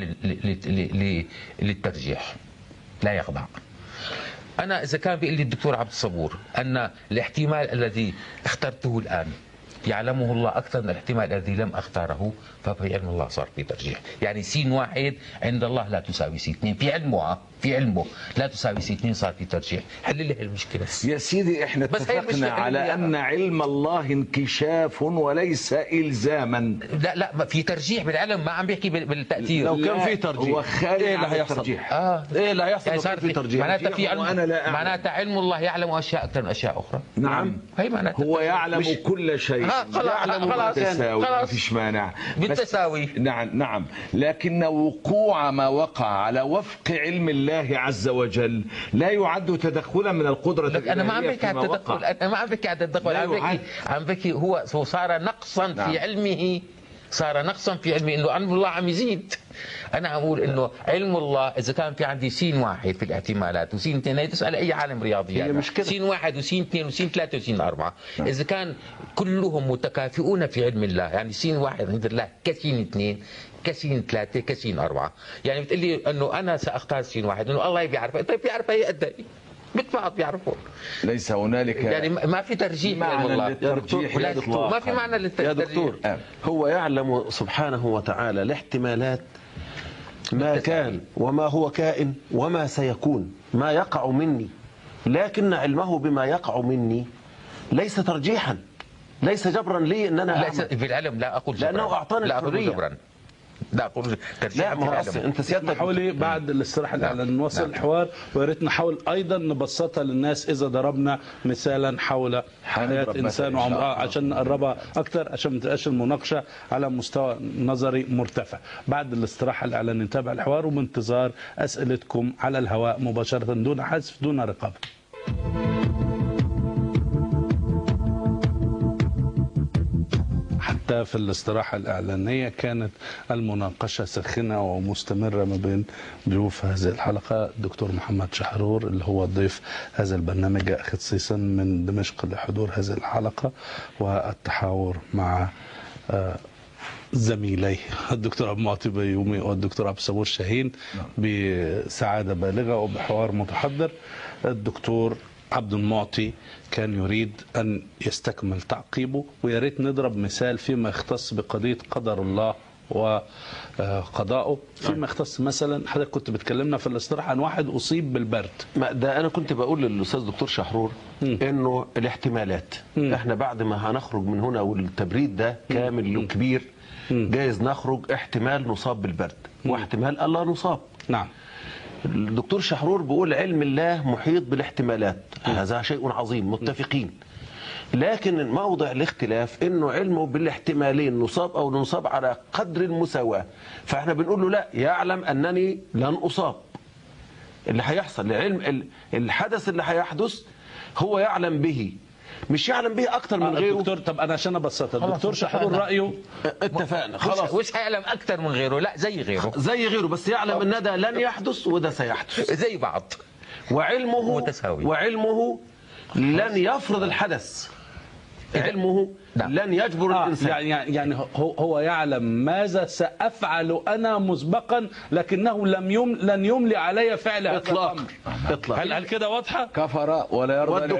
للترجيح، لا يخضع. أنا إذا كان بيقول لي الدكتور عبد الصبور أن الاحتمال الذي اخترته الآن يعلمه الله أكثر من الاحتمال الذي لم أختاره، ففي علم الله صار في ترجيح. يعني سين واحد عند الله لا تساوي سين اثنين، في علمه لا تساوي سين اثنين، صار في ترجيح. حل لي المشكلة يا سيدي. احنا اتفقنا على أن علم الله انكشاف وليس إلزاما. لا في ترجيح بالعلم، ما عم بيحكي بالتأثير. لو كان في ترجيح هو خارج ايه اللي عن هيحصل؟ الترجيح. ايه اللي هيحصل يعني لو كان في ترجيح؟ معناتها في علم، وأنا لا أعلم. معناتها علم الله يعلم أشياء أكثر من أشياء أخرى. نعم. هي معناتها هو يعلم كل شيء. يعلم بالتساوي، ما فيش مانع. بالتساوي. نعم. لكن وقوع ما وقع على وفق علم الله عز وجل لا يعد تدخلا من القدرة الإلهية. أنا ما عم بحكي عن التدخل، أنا ما عم بحكي عن التدخل، عم بحكي هو صار نقصا في علمه، صار نقصا في علمه، انه علم الله عم يزيد. انا اقول انه علم الله اذا كان في عندي سين واحد في الاحتمالات وسين اثنين، تسال اي عالم رياضيات، سين واحد وسين اثنين وسين ثلاثه وسين اربعه، اذا كان كلهم متكافئون في علم الله، يعني سين واحد عند الله كسين اثنين كسين ثلاثه كسين اربعه، يعني بتقول لي انه انا ساختار سين واحد، انه الله بيعرف، طيب بيعرف هي قد ايه؟ بالبعض بيعرفون. ليس هنالك يعني ما في ترجيح معنى للترجيح يا دكتور. ما في معنى للترجيح يا دكتور. هو يعلم سبحانه وتعالى الاحتمالات، ما كان وما هو كائن وما سيكون، ما يقع مني، لكن علمه بما يقع مني ليس ترجيحا، ليس جبرا لي ان انا ليس في العلم. لا اقول جبرا، لانه اعطاني الحريه. لا أقول ترجيح. لا انت سيادتك حاولي بعد الاستراحه على نواصل الحوار، ويا ريت نحاول ايضا نبسطها للناس اذا ضربنا مثالا حول حياه انسان وعمرها عشان نقربها اكثر، عشان ما تبقاش المناقشه على مستوى نظري مرتفع. بعد الاستراحه الاعلانيه نتابع الحوار وبانتظار اسئلتكم على الهواء مباشره دون حذف دون رقابه. حتى حتى في الاستراحة الإعلانية كانت المناقشة ساخنة ومستمرة ما بين ضيوف هذه الحلقة. الدكتور محمد شحرور اللي هو ضيف هذا البرنامج جاء خصيصا من دمشق لحضور هذه الحلقة والتحاور مع زميلي الدكتور عبد المعطي بيومي والدكتور عبد الصبور شاهين بسعادة بالغة وبحوار متحضر. الدكتور عبد المعطي كان يريد أن يستكمل تعقيبه، ويا ريت نضرب مثال فيما يختص بقضية قدر الله وقضاءه، فيما يختص مثلا حضرتك كنت بتكلمنا في الاستراحة عن واحد أصيب بالبرد. ده أنا كنت بقول للأستاذ دكتور شحرور إنه الاحتمالات إحنا بعد ما هنخرج من هنا والتبريد ده كامل وكبير جايز نخرج احتمال نصاب بالبرد واحتمال ألا نصاب. نعم. الدكتور شحرور بيقول علم الله محيط بالاحتمالات، هذا شيء عظيم متفقين، لكن موضع الاختلاف انه علمه بالاحتمالين نصاب او نصاب على قدر المساواة. فاحنا بنقول له لا، يعلم انني لن اصاب. اللي هيحصل العلم الحدث اللي هيحدث هو يعلم به، مش يعلم به اكتر من غيره. دكتور طب انا عشان ابسطها، الدكتور شحرور رايه اتفقنا خلاص، مش هيعلم اكتر من غيره، لا زي غيره بس يعلم ان ده لن يحدث وده سيحدث زي بعض، وعلمه متساوي. وعلمه لن يفرض الحدث، علمه لن يجبر الانسان. يعني هو يعلم ماذا سافعل انا مسبقا، لكنه لن يملي علي فعل هذا الامر اطلاقا. هل كده واضحه؟ كفر ولا يرضى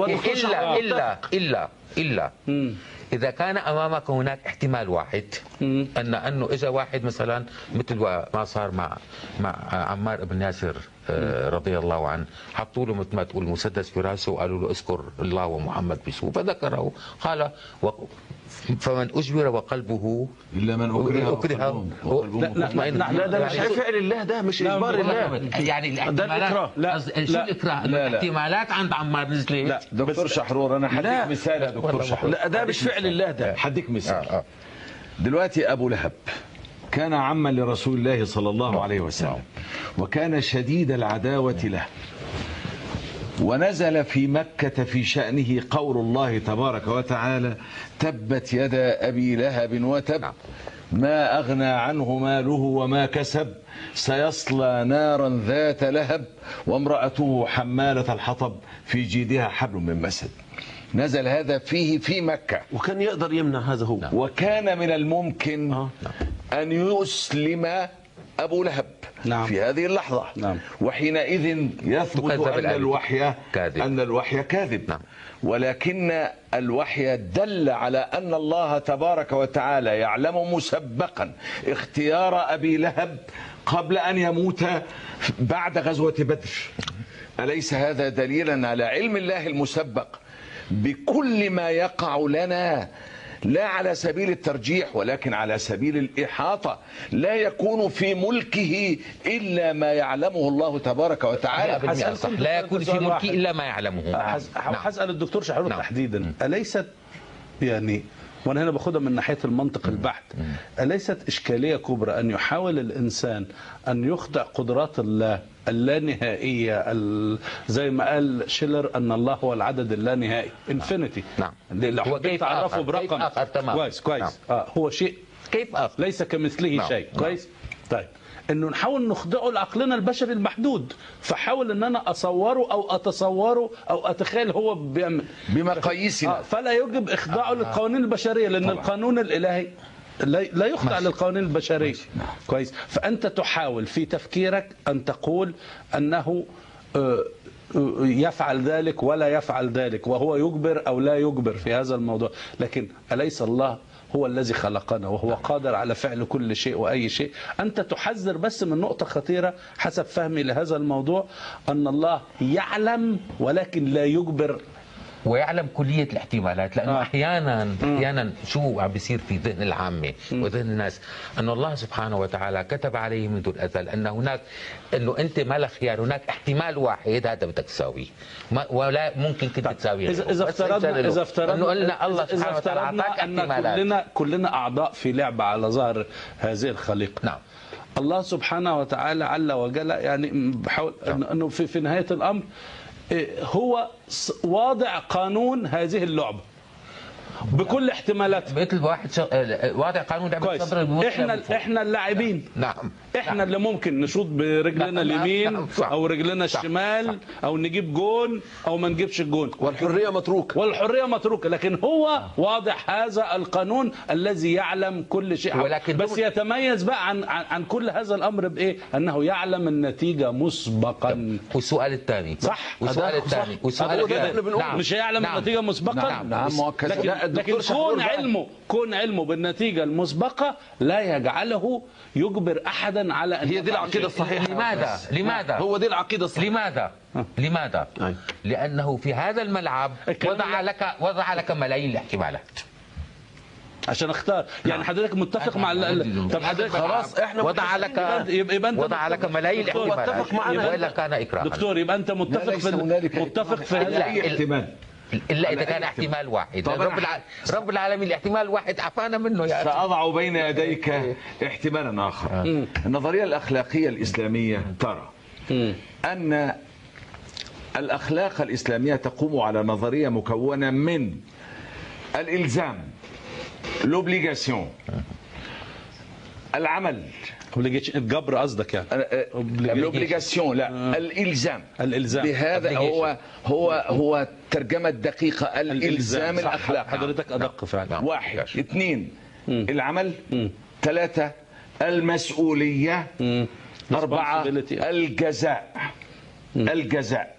الا إذا كان أمامك هناك احتمال واحد، أنه إذا واحد مثلا مثل ما صار مع عمار بن ياسر رضي الله عنه، حطوا له مثل ما تقول مسدس في راسه وقالوا له اذكر الله ومحمد بسوء، فذكره قال فمن أجبر وقلبه إلا من أكره لا ده مش فعل الله، ده مش إجبار الله، يعني الاحتمالات. شو الإكراه؟ الاحتمالات عند عمار نزلت. لا دكتور شحرور أنا حديك مثال يا دكتور شحرور. لا ده مش فعل الله، ده حديك مثال. دلوقتي أبو لهب كان عما لرسول الله صلى الله عليه وسلم، وكان شديد العداوة له، ونزل في مكة في شأنه قول الله تبارك وتعالى: تبت يدا أبي لهب وتب ما أغنى عنه ماله وما كسب سيصلى نارا ذات لهب وامرأته حمالة الحطب في جيدها حبل من مسد. نزل هذا فيه في مكة، وكان يقدر يمنع هذا هو. وكان من الممكن أن يسلم أبو لهب في هذه اللحظة، وحينئذ يثبت أن الوحي كاذب. ولكن الوحي دل على أن الله تبارك وتعالى يعلم مسبقا اختيار أبي لهب قبل أن يموت بعد غزوة بدر. أليس هذا دليلا على علم الله المسبق بكل ما يقع لنا، لا على سبيل الترجيح ولكن على سبيل الإحاطة؟ لا يكون في ملكه إلا ما يعلمه الله تبارك وتعالى. لا يكون في ملكه إلا ما يعلمه. هسأل الدكتور شحرور تحديدا، أليست يعني، وانا هنا باخدها من ناحيه المنطق البحت، أليست إشكالية كبرى أن يحاول الإنسان أن يخضع قدرات الله اللانهائية، زي ما قال شيلر أن الله هو العدد اللانهائي، انفينيتي. لو حبيت تعرفه برقم كويس هو شيء كيف آخر ليس كمثله شيء. كويس. طيب انه نحاول نخضعه لعقلنا البشري المحدود، فحاول ان انا اصوره او اتصوره او اتخيل هو بمقاييسنا، فلا يجب اخضاعه للقوانين البشريه، لان القانون الالهي لا يخضع للقوانين البشريه. كويس. فانت تحاول في تفكيرك ان تقول انه يفعل ذلك ولا يفعل ذلك، وهو يجبر او لا يجبر في هذا الموضوع، لكن أليس الله هو الذي خلقنا وهو قادر على فعل كل شيء وأي شيء؟ أنت تحذر بس من نقطة خطيرة حسب فهمي لهذا الموضوع، أن الله يعلم ولكن لا يجبر، ويعلم كلية الاحتمالات. لأنه أحيانا شو عم بيصير في ذهن العامة وذهن الناس، أن الله سبحانه وتعالى كتب عليه منذ الأزل أن هناك، أنه أنت ما لك خيار، هناك احتمال واحد هذا بدك تساويه، ولا ممكن كنت تساويه. إذا افترضنا الله سبحانه وتعالى أعطاك احتمالات، أن كلنا أعضاء في لعبة على ظهر هذه الخليقة. الله سبحانه وتعالى عل وجل يعني بحاول أنه في نهاية الأمر هو واضع قانون هذه اللعبة. بكل احتمالاتها. مثل واحد واضع قانون لعبة صدر. احنا اللاعبين. نعم. احنا اللي ممكن نشوط برجلنا اليمين او رجلنا الشمال او نجيب جون او ما نجيبش الجون، والحريه متروكه. لكن هو واضح هذا القانون الذي يعلم كل شيء، ولكن بس يتميز بقى عن كل هذا الامر بايه؟ انه يعلم النتيجه مسبقا. والسؤال الثاني صح، والسؤال الثاني نعم. مش هيعلم النتيجه مسبقا. نعم. لكن كون علمه بالنتيجه المسبقه لا يجعله يجبر احدا على ان هي دي العقيده الصحيحه. لماذا؟ هو دي العقيده الصحيحه. لماذا؟ لانه في هذا الملعب وضع لك ملايين الاحتمالات عشان اختار. يعني حضرتك متفق مع طب حضرتك خلاص احنا وضع لك ملايين الاحتمالات، متفق معنا والا كان اكراها. دكتور، يبقى انت متفق في اي احتمال الا اذا كان احتمال واحد. رب العالمين الاحتمال الواحد عفانا منه. يا سأضع بين يديك احتمالا اخر. النظريه الاخلاقيه الاسلاميه ترى ان الاخلاق الاسلاميه تقوم على نظريه مكونه من الالزام، لوبليغاسيون، العمل، الجبر قصدك يعني. لوبليغاسيون لا، الالزام بهذا هو الترجمه الدقيقه. الالزام الاخلاقي. حضرتك ادق فعلا. 1 2 العمل. 3 المسؤوليه. 4 الجزاء.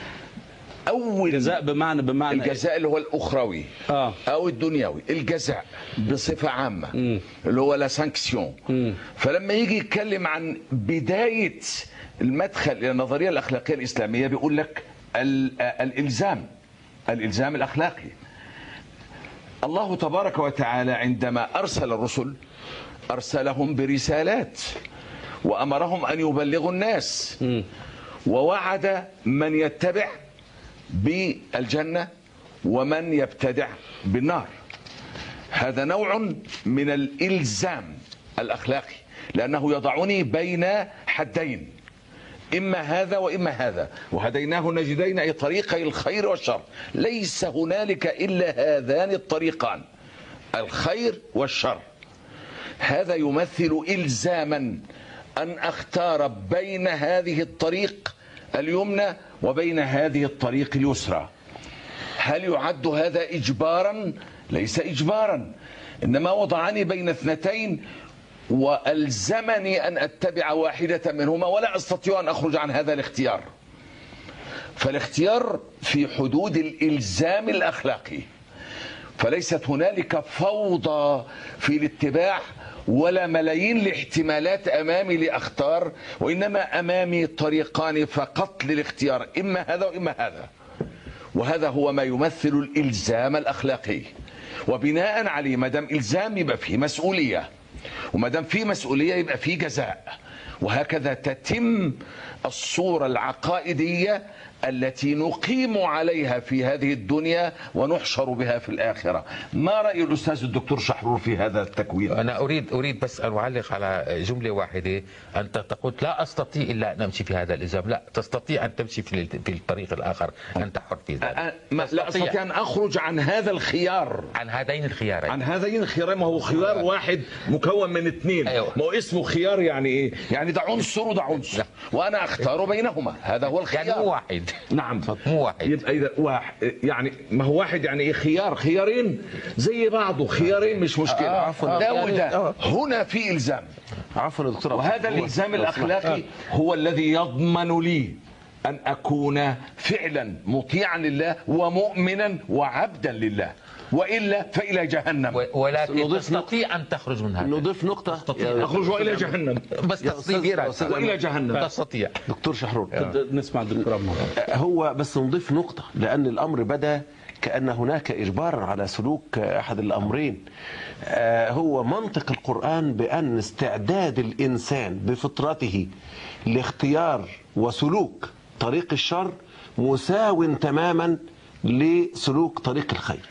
أول جزاء بمعنى الجزاء اللي هو الأخروي أو الدنيوي. الجزاء بصفة عامة اللي هو لا سانكسيون. فلما يجي يتكلم عن بداية المدخل إلى النظرية الأخلاقية الإسلامية بيقول لك الإلزام الأخلاقي. الله تبارك وتعالى عندما أرسل الرسل أرسلهم برسالات وأمرهم أن يبلغوا الناس، ووعد من يتبع بالجنة ومن يبتدع بالنار. هذا نوع من الإلزام الأخلاقي، لأنه يضعني بين حدين، إما هذا وإما هذا، وهديناه النجدين أي طريقي الخير والشر. ليس هنالك إلا هذان الطريقان، الخير والشر. هذا يمثل إلزاما أن أختار بين هذه الطريق اليمنى وبين هذه الطريق اليسرى. هل يعد هذا إجبارا؟ ليس إجبارا، إنما وضعني بين اثنتين وألزمني أن أتبع واحدة منهما، ولا أستطيع أن أخرج عن هذا الاختيار. فالاختيار في حدود الإلزام الأخلاقي، فليست هنالك فوضى في الاتباع ولا ملايين الاحتمالات أمامي لأختار، وإنما أمامي طريقان فقط للاختيار، إما هذا وإما هذا. وهذا هو ما يمثل الإلزام الأخلاقي. وبناء عليه ما دام إلزام يبقى فيه مسؤولية، وما دام فيه مسؤولية يبقى فيه جزاء، وهكذا تتم الصورة العقائدية التي نقيم عليها في هذه الدنيا ونحشر بها في الآخرة. ما رأي الأستاذ الدكتور شحرور في هذا التكوين؟ أنا أريد بس أن أعلق على جملة واحدة. أنت تقول لا أستطيع إلا أن أمشي في هذا الإلزام. لا، تستطيع أن تمشي في الطريق الآخر، أنت حر في ذلك. لا أستطيع أن أخرج عن هذا الخيار، عن هذين الخيارين. ما هو خيار واحد مكون من اثنين. أيوه. ما هو اسمه خيار، يعني إيه؟ يعني ده عنصر وده عنصر، وأنا أختار بينهما. هذا هو الخيار. يعني مو واحد. نعم، مو واحد. يبقى إذا واحد، يعني ما هو واحد يعني إيه؟ خيارين زي بعضه، خيارين مش مشكلة. ده وده. هنا في إلزام. عفوا يا دكتور. وهذا الإلزام الأخلاقي هو الذي يضمن لي أن أكون فعلا مطيعا لله ومؤمنا وعبدا لله، وإلا فإلى جهنم. ولكن تستطيع أن تخرج من هذا. نضيف نقطة. أخرج وإلى جهنم. بس تصديق وإلى جهنم. تستطيع. دكتور شحرور، نسمع الدكتور عمار. هو بس نضيف نقطة، لأن الأمر بدأ كأن هناك إجبارا على سلوك أحد الأمرين. هو منطق القرآن بأن استعداد الإنسان بفطرته لاختيار وسلوك طريق الشر مساو تماما لسلوك طريق الخير.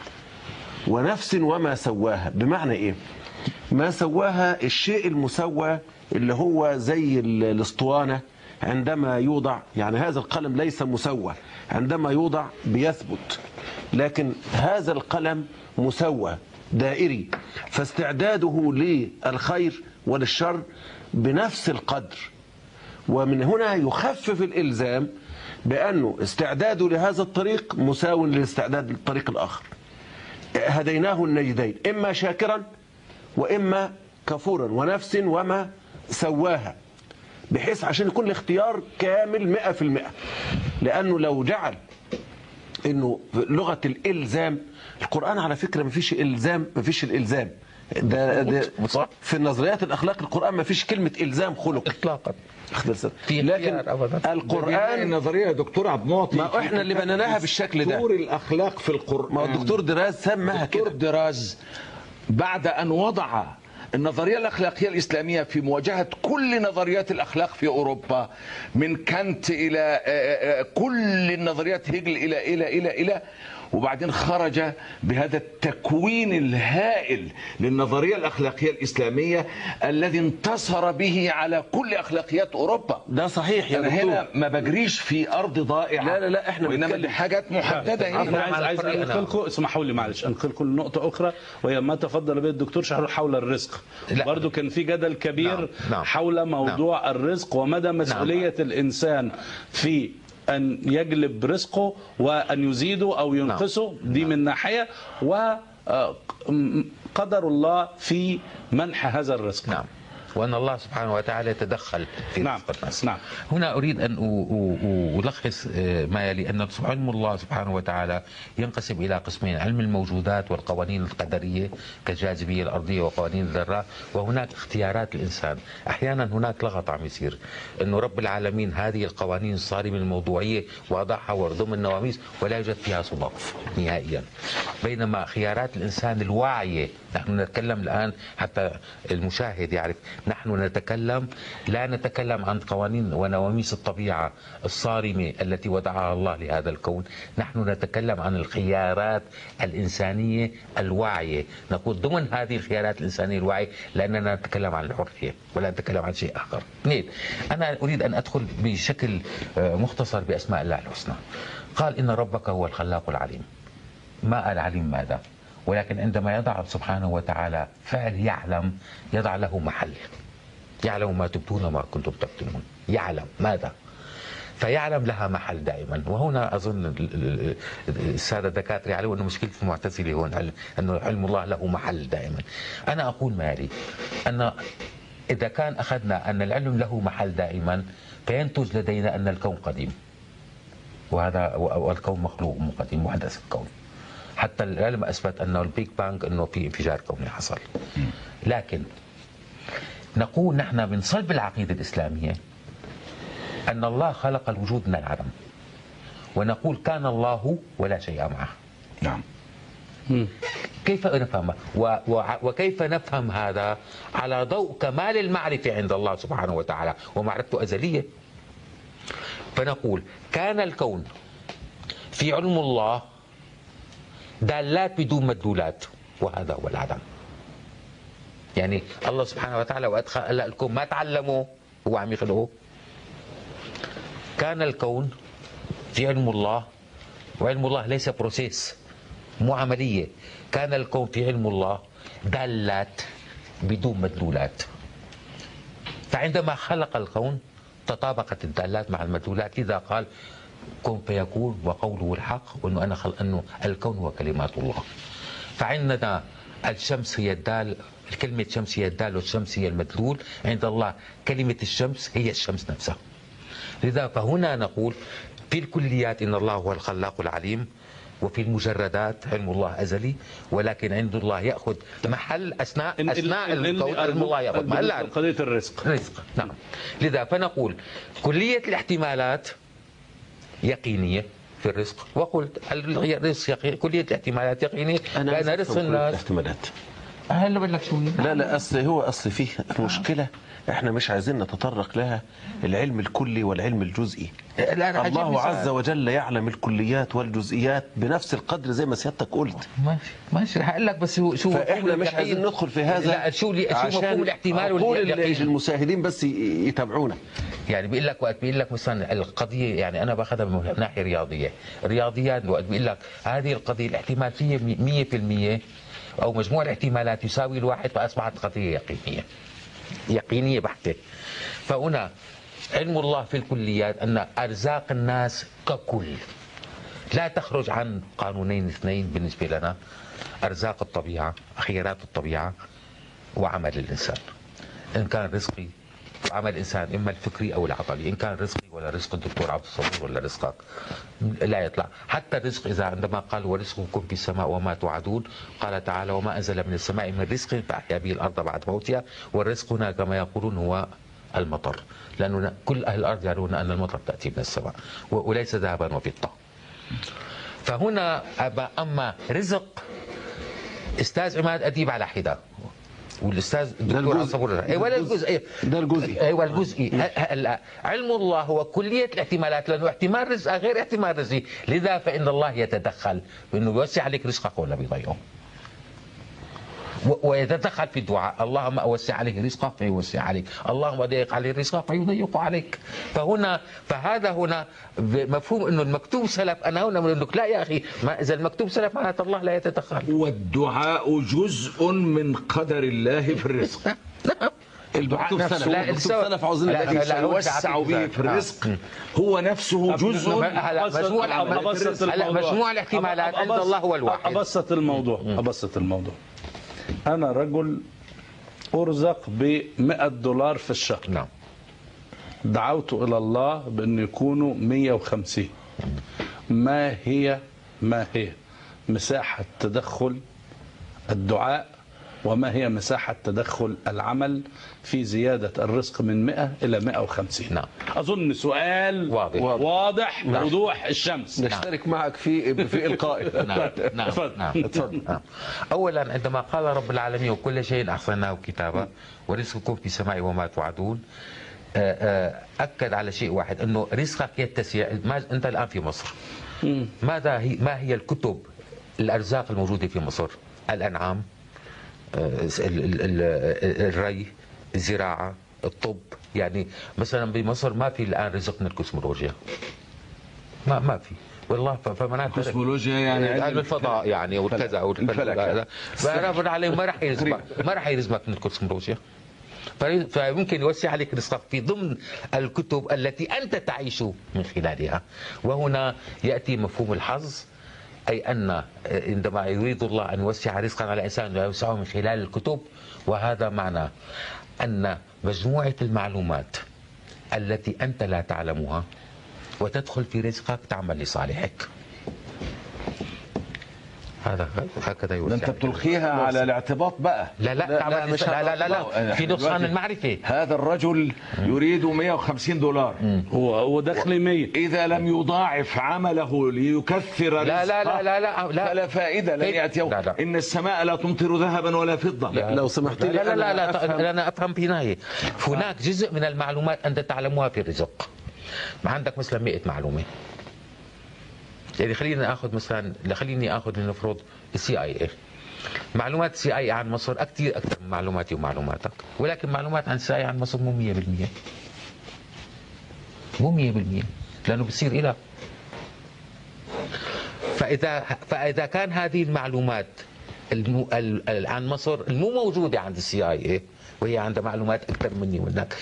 ونفس وما سواها، بمعنى إيه؟ ما سواها الشيء المسوى اللي هو زي الاسطوانة عندما يوضع، يعني هذا القلم ليس مسوى، عندما يوضع بيثبت. لكن هذا القلم مسوى دائري، فاستعداده للخير وللشر بنفس القدر. ومن هنا يخفف الإلزام بأنه استعداده لهذا الطريق مساو للاستعداد للطريق الآخر. هديناه النجدين، إما شاكرا وإما كفورا، ونفس وما سواها، بحيث عشان يكون الاختيار كامل 100%. لأنه لو جعل إنه لغة الإلزام، القرآن على فكرة ما فيش إلزام، ما فيش الإلزام ده في النظريات الأخلاق. القرآن ما فيش كلمة إلزام خلق إطلاقا، لكن القرآن النظرية يا دكتور عبد المعطي، ما احنا اللي بنيناها بالشكل ده. دكتور الأخلاق في القرآن، ما هو الدكتور دراز سماها كده. دكتور دراز بعد أن وضع النظرية الأخلاقية الإسلامية في مواجهة كل نظريات الأخلاق في أوروبا، من كانت إلى كل النظريات، هيجل إلى وبعدين خرج بهذا التكوين الهائل للنظرية الأخلاقية الإسلامية الذي انتصر به على كل أخلاقيات أوروبا. ده صحيح يا أنا دكتور. هنا ما بجريش في أرض ضائعة، لا احنا وإنما دي حاجات محددة. أنا عايز أنقلكم، اسمحوا لي معلش، أنقلكم لنقطة أخرى، وهي ما تفضل به الدكتور شحرور حول الرزق. برضو كان في جدل كبير حول موضوع الرزق ومدى مسؤولية الإنسان في أن يجلب رزقه وأن يزيده أو ينقصه. دي من ناحية، وقدر الله في منح هذا الرزق. نعم، وأن الله سبحانه وتعالى يتدخل في رزق الناس. نعم. هنا أريد أن ألخص ما يلي، أن علم الله سبحانه وتعالى ينقسم إلى قسمين: علم الموجودات والقوانين القدرية كالجاذبية الأرضية وقوانين الذرات، وهناك اختيارات الإنسان. أحيانا هناك لغط عم يصير، أنه رب العالمين هذه القوانين الصارمة الموضوعية وضعها وضمن النواميس ولا يوجد فيها صدف نهائيا، بينما خيارات الإنسان الواعية، نحن نتكلم الآن حتى المشاهد يعرف، نحن نتكلم، لا نتكلم عن قوانين ونواميس الطبيعة الصارمة التي وضعها الله لهذا الكون، نحن نتكلم عن الخيارات الإنسانية الواعية. نقول ضمن هذه الخيارات الإنسانية الواعية لأننا نتكلم عن الحرية ولا نتكلم عن شيء آخر. اثنين، أنا أريد أن أدخل بشكل مختصر بأسماء الله الحسنى. قال إن ربك هو الخلاق العليم. ما العليم ماذا؟ ولكن عندما يضع سبحانه وتعالى فعل يعلم، يضع له محل. يعلم ما تبدون وما كنتم تكتمون. يعلم ماذا؟ فيعلم لها محل دائما. وهنا أظن السادة الدكاترة يعلمون أن مشكلة المعتزلة هون أن علم الله له محل دائما. أنا أقول ما يلي، أن إذا كان أخذنا أن العلم له محل دائما، فينتج لدينا أن الكون قديم، وهذا والكون مخلوق مو قديم، محدث الكون. حتى العلم أثبت أنه البيج بانج أنه في انفجار كوني حصل. لكن نقول نحن من صلب العقيدة الإسلامية أن الله خلق الوجود من العدم، ونقول كان الله ولا شيء معه. نعم. كيف نفهم وكيف نفهم هذا على ضوء كمال المعرفة عند الله سبحانه وتعالى ومعرفته أزلية؟ فنقول كان الكون في علم الله دالات بدون مدلولات، وهذا هو العدم. يعني الله سبحانه وتعالى وقت خلق لكم ما تعلموا هو عم يخلقه. كان الكون في علم الله، وعلم الله ليس بروسيس، مو عملية. كان الكون في علم الله دالات بدون مدلولات، فعندما خلق الكون تطابقت الدالات مع المدلولات، لذا قال كن فيكون وقوله الحق، وانه انه الكون هو كلمات الله. فعندنا الشمس هي الدال، كلمة شمس هي الدال والشمس هي المدلول. عند الله كلمة الشمس هي الشمس نفسها. لذا فهنا نقول في الكليات إن الله هو الخلاق العليم، وفي المجردات علم الله أزلي، ولكن عند الله يأخذ محل أثناء الكون. علم الله يأخذ محل قضية الرزق. نعم. لذا فنقول كلية الاحتمالات يقينية في الرزق، وقلت الرزق كلية الاحتمالات يقينية، لأن رزق الناس الاحتمالات. هلا بقول لك شو؟ لا أصل فيه مشكلة احنا مش عايزين نتطرق لها، العلم الكلي والعلم الجزئي. الله عز وجل يعلم الكليات والجزئيات بنفس القدر زي ما سيادتك قلت. ماشي هقول لك، بس شو فاحنا مش عايزين ندخل في هذا. لا شو مفهوم الاحتمال واليقين. المشاهدين بس يتابعونا. يعني بيقول لك وقت بيقول لك مثلا القضيه، يعني انا باخذها من ناحيه رياضيه، رياضيات وقت بيقول لك هذه القضيه الاحتمال فيها 100% او مجموع الاحتمالات يساوي الواحد، فاصبحت قضيه يقينيه بحته. فهنا علم الله في الكليات أن أرزاق الناس ككل لا تخرج عن قانونين اثنين بالنسبة لنا: أرزاق الطبيعة، خيرات الطبيعة، وعمل الإنسان. إن كان رزقي عمل الإنسان إما الفكري أو العقلي، إن كان رزقي ولا رزق الدكتور عبد الصبور ولا رزقك لا يطلع. حتى الرزق إذا عندما قال ورزقكم في السماء وما توعدون، قال تعالى وما أنزل من السماء من رزق فأحيا به الأرض بعد موتها. والرزق هنا كما يقولون هو المطر، لأن كل أهل الأرض يرون أن المطر تأتي من السماء وليس ذهبا وفضة. فهنا أما رزق أستاذ عماد أديب على حدة، والاستاذ الدكتور عبد الصبور ولا الجزئي ده الجزئي. ايوه الجزئي. علم الله هو كليه الاحتمالات، لانه احتمال رزق غير احتمال رزقي، لذا فان الله يتدخل بانه يوسع عليك رزقك ولا بيضيعه، ويتدخل في الدعاء: اللهم اوسع عليه رزقه فيوسع عليك، اللهم اضيق عليه رزقه فيضيق عليك. فهذا هنا مفهوم انه المكتوب سلف. انا هنا بقول لك لا يا اخي، ما اذا المكتوب سلف معناته الله لا يتدخل. والدعاء جزء من قدر الله في الرزق. نعم. المكتوب سلف. لا سلف عاوزين يوسع به في الرزق هو نفسه جزء. مجموع الاحتمالات عند الله هو الواحد. ابسط الموضوع. أنا رجل أرزق ب$100 في الشهر. نعم. دعوت إلى الله بأن يكونوا 150. ما هي مساحة تدخل الدعاء وما هي مساحة تدخل العمل في زيادة الرزق من 100 إلى 150؟ نعم. أظن سؤال واضح وضوح الشمس. نشترك معك في إلقائه. نعم. تفضل. أولا عندما قال رب العالمين وكل شيء أحصيناه كتابا ورزقكم في السماء وما توعدون، أكد على شيء واحد، أنه رزقك يتسع. أنت الآن في مصر، ما هي الكتب الأرزاق الموجودة في مصر؟ الأنعام، الري، الزراعة، الطب. يعني مثلا بمصر ما في الآن رزق من الكوسمولوجيا، ما في والله. فمعناته الكوسمولوجيا يعني علم الفضاء يعني وكذا والفلك. فربنا عليه ما راح يرزقك من الكوسمولوجيا. فيمكن يوسع عليك رزقك في ضمن الكتب التي أنت تعيش من خلالها. وهنا يأتي مفهوم الحظ، أي أن عندما يريد الله أن يوسع رزقا على الإنسان يوسعه من خلال الكتب. وهذا معنى أن مجموعة المعلومات التي أنت لا تعلمها وتدخل في رزقك تعمل لصالحك. هكذا يوسع. انت بتلقيها على الاعتباط بقى. لا في نقصان المعرفة. هذا الرجل يريد $150، هو دخل 100. إذا لم يضاعف عمله ليكثر رزقه فلا فائدة، لن يأتي يوم. إن السماء لا تمطر ذهبا ولا فضة. لو سمحت لي. لا أنا أفهم بناية. هناك جزء من المعلومات أنت تعلمها في الرزق. ما عندك مثلا 100 معلومة. يعني خليني اخذ لنفرض CIA. معلومات CIA عن مصر اكثر من معلوماتي ومعلوماتك، ولكن معلومات عن CIA عن مصر مو 100%. مو 100%، لانه بصير إله. فاذا كان هذه المعلومات عن مصر المو موجوده عند CIA، وهي عندها معلومات اكثر مني ومنك،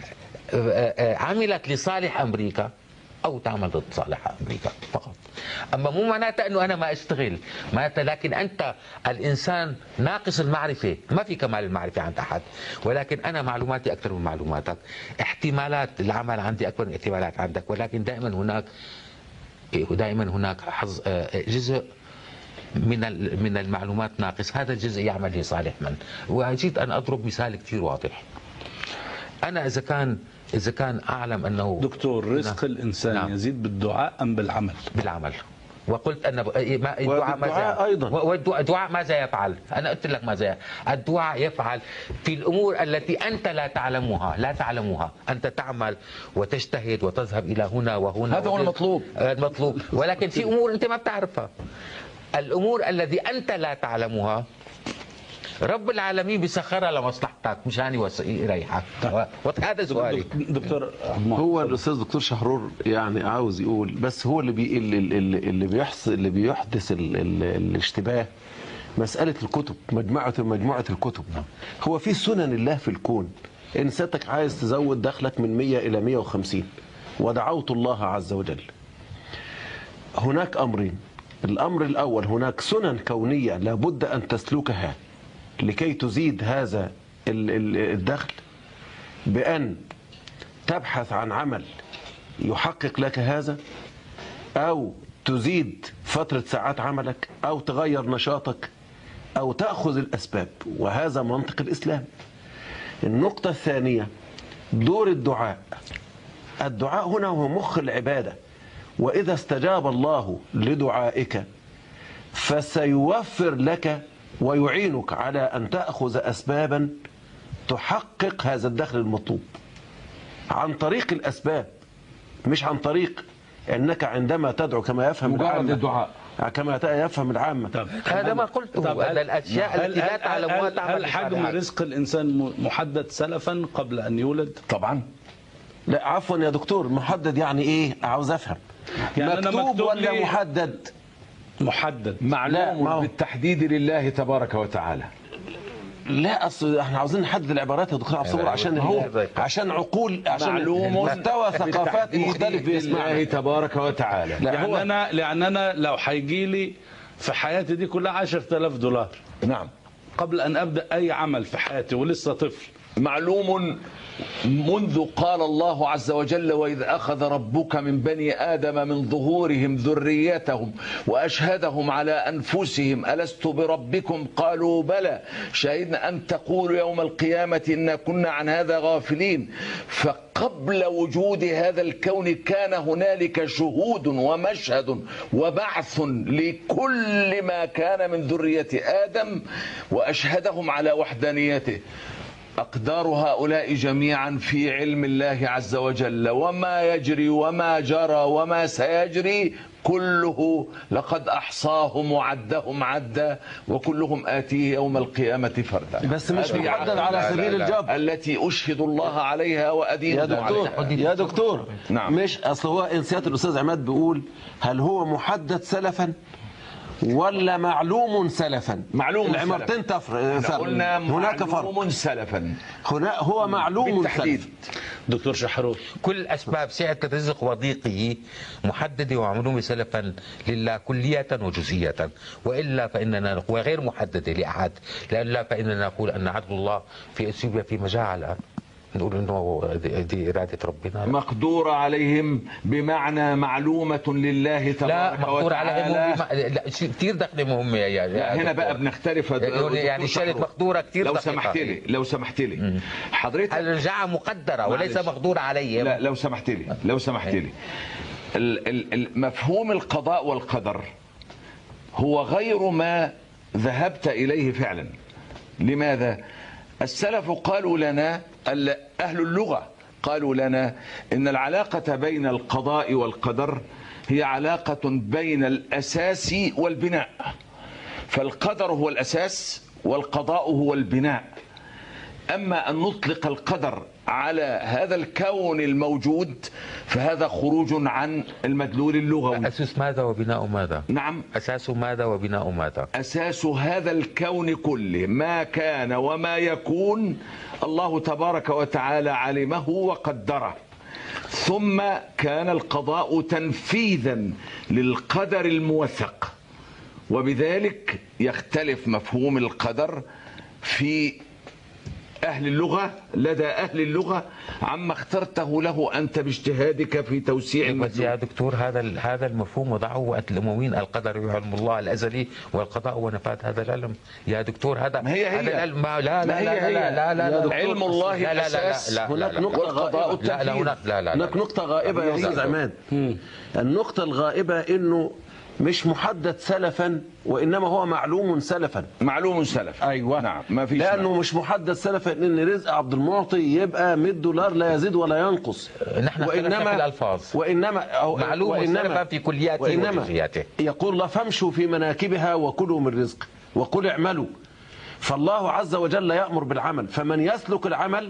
عملت لصالح امريكا أو تعمل ضد صالح أمريكا فقط. أما مو معناته أنه أنا ما أشتغل، معناته لكن أنت الإنسان ناقص المعرفة، ما في كمال المعرفة عند أحد، ولكن أنا معلوماتي أكثر من معلوماتك، احتمالات العمل عندي أكبر من احتمالات عندك، ولكن دائما هناك جزء من المعلومات ناقص. هذا الجزء يعمل لصالح من. وجيت أن أضرب مثال كثير واضح. أنا إذا كان أعلم أنه دكتور رزق الإنسان يزيد بالدعاء أم بالعمل؟ بالعمل. وقلت أن الدعاء ماذا أيضا والدعاء ماذا يفعل؟ أنا قلت لك ماذا الدعاء يفعل في الأمور التي أنت لا تعلمها أنت تعمل وتجتهد وتذهب إلى هنا وهنا، هذا هو المطلوب، ولكن في أمور أنت ما بتعرفها. الأمور التي أنت لا تعلمها رب العالمين بيسخرها لمصلحتك مشان يريحك. وهذا سؤالي. دكتور هو الاستاذ دكتور شحرور يعني عاوز يقول، بس هو اللي بيحدث الاشتباه مسألة الكتب، مجموعة الكتب. هو في سنن الله في الكون. إن سيادتك عايز تزود دخلك من 100 إلى 150 ودعوت الله عز وجل، هناك أمرين. الأمر الأول، هناك سنن كونية لابد أن تسلكها لكي تزيد هذا الدخل، بأن تبحث عن عمل يحقق لك هذا، أو تزيد فترة ساعات عملك، أو تغير نشاطك، أو تأخذ الأسباب، وهذا منطق الإسلام. النقطة الثانية، دور الدعاء. الدعاء هنا هو مخ العبادة، وإذا استجاب الله لدعائك فسيوفر لك ويعينك على أن تأخذ أسبابا تحقق هذا الدخل المطلوب عن طريق الأسباب، مش عن طريق أنك عندما تدعو كما يفهم العامة، الدعاء كما يفهم العامة. هذا ما قلته. الأشياء التي لا تعلمها تعمل. هل حجم رزق الإنسان محدد سلفا قبل أن يولد؟ طبعا. لا عفوا يا دكتور، محدد يعني إيه؟ عاوز أفهم. يعني مكتوب ولا محدد؟ محدد، معلوم بالتحديد لله تبارك وتعالى. لا اصل احنا عاوزين نحدد العبارات يا دكتور عبد الصبور، عشان عقول، عشان مستوى ثقافات مختلف بيسمعنا الله تبارك وتعالى. لأن أنا لو هيجي لي في حياتي دي كلها 10,000 دولار، نعم، قبل أن أبدأ أي عمل في حياتي ولسه طفل، معلوم منذ قال الله عز وجل: وإذ أخذ ربك من بني آدم من ظهورهم ذريتهم وأشهدهم على أنفسهم ألست بربكم قالوا بلى شهدنا أن تقولوا يوم القيامة إنا كنا عن هذا غافلين. فقبل وجود هذا الكون كان هنالك شهود ومشهد وبعث لكل ما كان من ذرية آدم وأشهدهم على وحدانيته. أقدار هؤلاء جميعا في علم الله عز وجل، وما يجري وما جرى وما سيجري كله لقد أحصاهم وعدهم عدا وكلهم آتيه يوم القيامة فردا. بس مش محدد على سبيل الجبر التي أشهد الله عليها وأدين يا دكتور نعم. مش أصل هو إنسيات الأستاذ عماد بيقول هل هو محدد سلفا ولا معلوم سلفا؟ معلوم العمارتين تفرق. قلنا هناك فرق. معلوم سلفا، هو معلوم بالتحديد. سلفا. دكتور شحرور، كل أسباب سعة الرزق وضيقه محددة ومعلومة سلفا لله كلية وجزئية، وإلا فإننا وغير محددة لأحد، لإلا فإننا نقول أن عدل الله في أثيوبيا في مجاعة الآن، نقول انه دي اراده ربنا. مقدور عليهم بمعنى معلومه لله تبارك وتعالى. لا مقدور عليهم كثير دخله مهمه يعني. هنا بقى بنختلف يعني الشركه مقدوره كثير. لو سمحت لي حضرتك، الرجعه مقدره وليس مقدور عليهم. لا لو سمحت لي مفهوم القضاء والقدر هو غير ما ذهبت اليه فعلا. لماذا؟ السلف قالوا لنا، أهل اللغة قالوا لنا إن العلاقة بين القضاء والقدر هي علاقة بين الأساس والبناء، فالقدر هو الأساس والقضاء هو البناء. أما أن نطلق القدر على هذا الكون الموجود فهذا خروج عن المدلول اللغوي. أساس ماذا وبناء ماذا؟ نعم، أساس ماذا وبناء ماذا؟ أساس هذا الكون كله ما كان وما يكون الله تبارك وتعالى علمه وقدره، ثم كان القضاء تنفيذا للقدر الموثق. وبذلك يختلف مفهوم القدر في أهل اللغة، لدى أهل اللغة، عما اخترته له أنت باجتهادك في توسيع المدلول. يا دكتور هذا المفهوم وضعه وقت الأمويين: القدر هو علم الله الأزلي والقضاء هو نفاذ هذا العلم. يا دكتور هذا هي العلم. لا علم الله الأساس والقضاء التنفيذ. هناك نقطة غائبة يا أستاذ عماد. النقطة الغائبة إنه مش محدد سلفا، وإنما هو معلوم سلفا. معلوم سلفا، أيوة. نعم، ما فيش لأنه مش محدد سلفا إن رزق عبد المعطي يبقى $100 لا يزيد ولا ينقص. نحن وإنما في الألفاظ، معلوم سلفا في كلياته وجزئياته. يقول الله فامشوا في مناكبها وكلوا من رزق وقل اعملوا. فالله عز وجل يأمر بالعمل، فمن يسلك العمل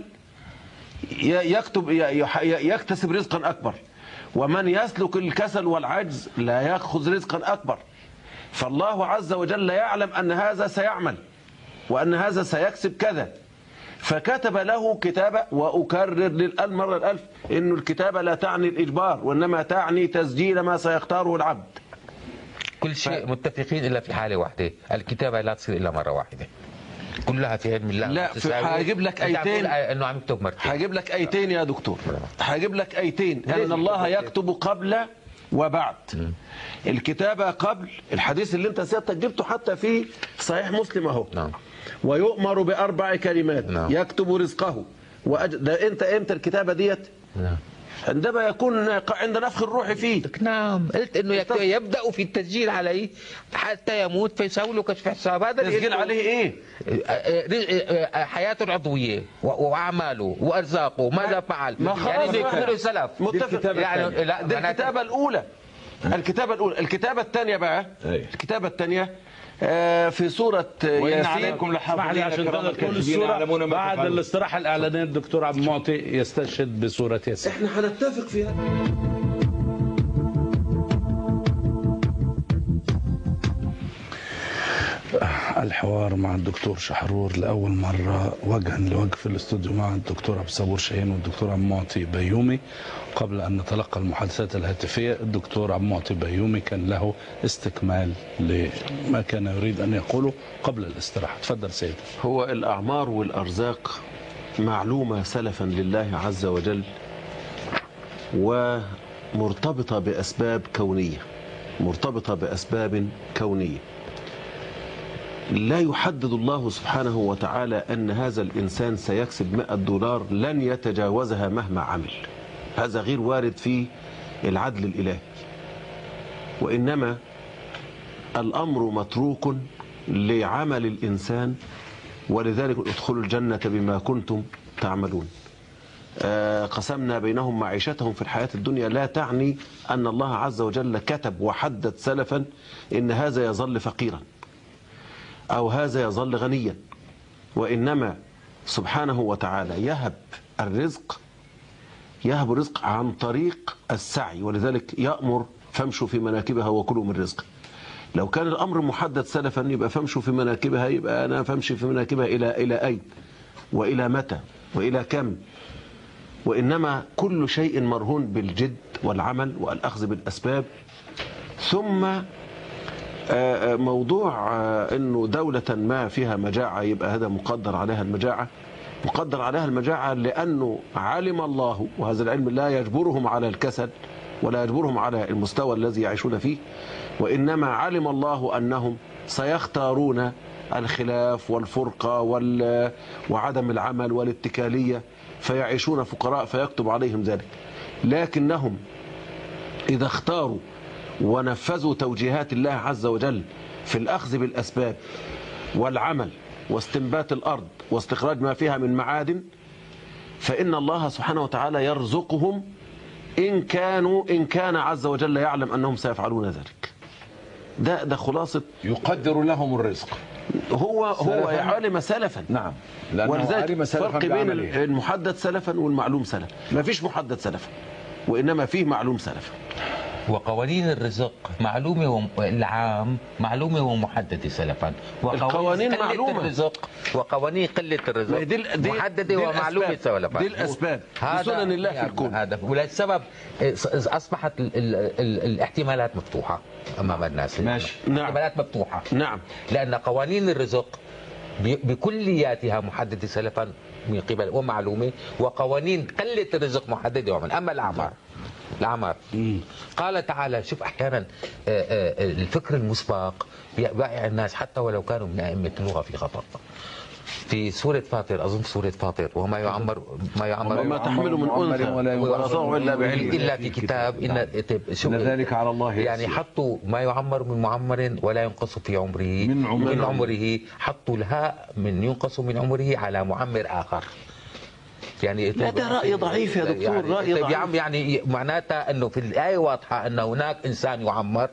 يكتسب رزقا أكبر، ومن يسلك الكسل والعجز لا يأخذ رزقا أكبر. فالله عز وجل يعلم أن هذا سيعمل وأن هذا سيكسب كذا، فكتب له كتابة. وأكرر للمرة الألف إن الكتابة لا تعني الإجبار، وإنما تعني تسجيل ما سيختاره العبد. كل شيء متفقين إلا في حالة واحدة، الكتابة لا تصير إلا مرة واحدة، كلها في علم الله. لا، هجيب لك ايتين، انه عم يكتب مرتين. هجيب لك ايتين يا دكتور، هجيب لك ايتين ان الله يكتب قبل وبعد. الكتابه قبل، الحديث اللي انت سيادتك جبته حتى في صحيح مسلم اهو. نعم. ويؤمر باربع كلمات. نعم. يكتب رزقه ده انت امتى الكتابه ديت؟ نعم. عندما يكون عند نفخ الروح فيه. نعم، قلت انه يبدا في التسجيل عليه حتى يموت فيسوي له كشف حساب. هذا تسجيل عليه ايه؟ حياته العضويه واعماله وارزاقه، ماذا فعل، يعني يكون سلف. متفق. يعني لا، دي الكتابه الاولى. الكتابه الثانيه بقى، الكتابه الثانيه في سورة ياسين. عليكم لحافظين عشان تقول السورة بعد الاستراحة الإعلانية. الدكتور عبد المعطي يستشهد بسورة ياسين. احنا هنتفق في هذا. الحوار مع الدكتور شحرور لأول مرة وجها لوجه في الاستوديو مع الدكتور عبد الصبور شاهين والدكتور عبد المعطي بيومي. قبل أن نتلقى المحادثات الهاتفية، الدكتور عبد المعطي بيومي كان له استكمال لما كان يريد أن يقوله قبل الاستراحة. تفضل سيدي. هو الأعمار والأرزاق معلومة سلفا لله عز وجل، ومرتبطة بأسباب كونية، مرتبطة بأسباب كونية. لا يحدد الله سبحانه وتعالى أن هذا الإنسان سيكسب $100 لن يتجاوزها مهما عمل. هذا غير وارد في العدل الإلهي، وإنما الأمر متروك لعمل الإنسان. ولذلك ادخلوا الجنة بما كنتم تعملون. قسمنا بينهم معيشتهم في الحياة الدنيا لا تعني أن الله عز وجل كتب وحدد سلفا إن هذا يظل فقيرا أو هذا يظل غنيا، وإنما سبحانه وتعالى يهب الرزق عن طريق السعي. ولذلك يأمر فامشوا في مناكبها وكلوا من رزق. لو كان الأمر محدد سلفا يبقى فامشوا في مناكبها، يبقى أنا فامشي في مناكبها إلى أين وإلى متى وإلى كم. وإنما كل شيء مرهون بالجد والعمل والأخذ بالأسباب. ثم موضوع أنه دولة ما فيها مجاعة يبقى هذا مقدر عليها المجاعة، مقدر عليها المجاعة لأنه علم الله، وهذا العلم لا يجبرهم على الكسل ولا يجبرهم على المستوى الذي يعيشون فيه، وإنما علم الله أنهم سيختارون الخلاف والفرقة وعدم العمل والاتكالية، فيعيشون فقراء فيكتب عليهم ذلك. لكنهم إذا اختاروا ونفذوا توجيهات الله عز وجل في الأخذ بالأسباب والعمل واستنبات الأرض واستخراج ما فيها من معادن، فإن الله سبحانه وتعالى يرزقهم إن كان عز وجل يعلم أنهم سيفعلون ذلك. ده خلاصة. يقدر لهم الرزق. هو علم سلفا. نعم. ولذلك فرق بين المحدد سلفا والمعلوم سلفا. ما فيش محدد سلفا، وإنما فيه معلوم سلفا. وقوانين الرزق معلومة العام معلومة ومحددة سلفا، القوانين معلومة الرزق وقوانين قلة الرزق محددة ومعلومة سلفا. دي الأسباب بسنن الله في الكون. هذا وللسبب أصبحت الاحتمالات مفتوحة أمام الناس. ماشي. الاحتمالات مفتوحة. نعم. لأن قوانين الرزق بكلياتها محددة سلفا من قبل ومعلومة، وقوانين قلة الرزق محددة ومن. أما الأعمار قال تعالى، شوف أحيانا الفكر المسبق بيائع الناس حتى ولو كانوا من أئمة اللغة في خطأ. في سورة فاطر، أظن في سورة فاطر، وما يعمر وما تحمل من أنثى ولا تضع إلا بعلم إلا في كتاب إن ذلك على الله يسير. يعني حطوا ما يعمر من معمر ولا ينقص في عمره من عمره، حطوا الهاء من ينقص من عمره على معمر آخر. يعني لا ده رأي ضعيف يا دكتور، رأي ضعيف. يعني معناتها أنه في الآية واضحة أن هناك إنسان يعمر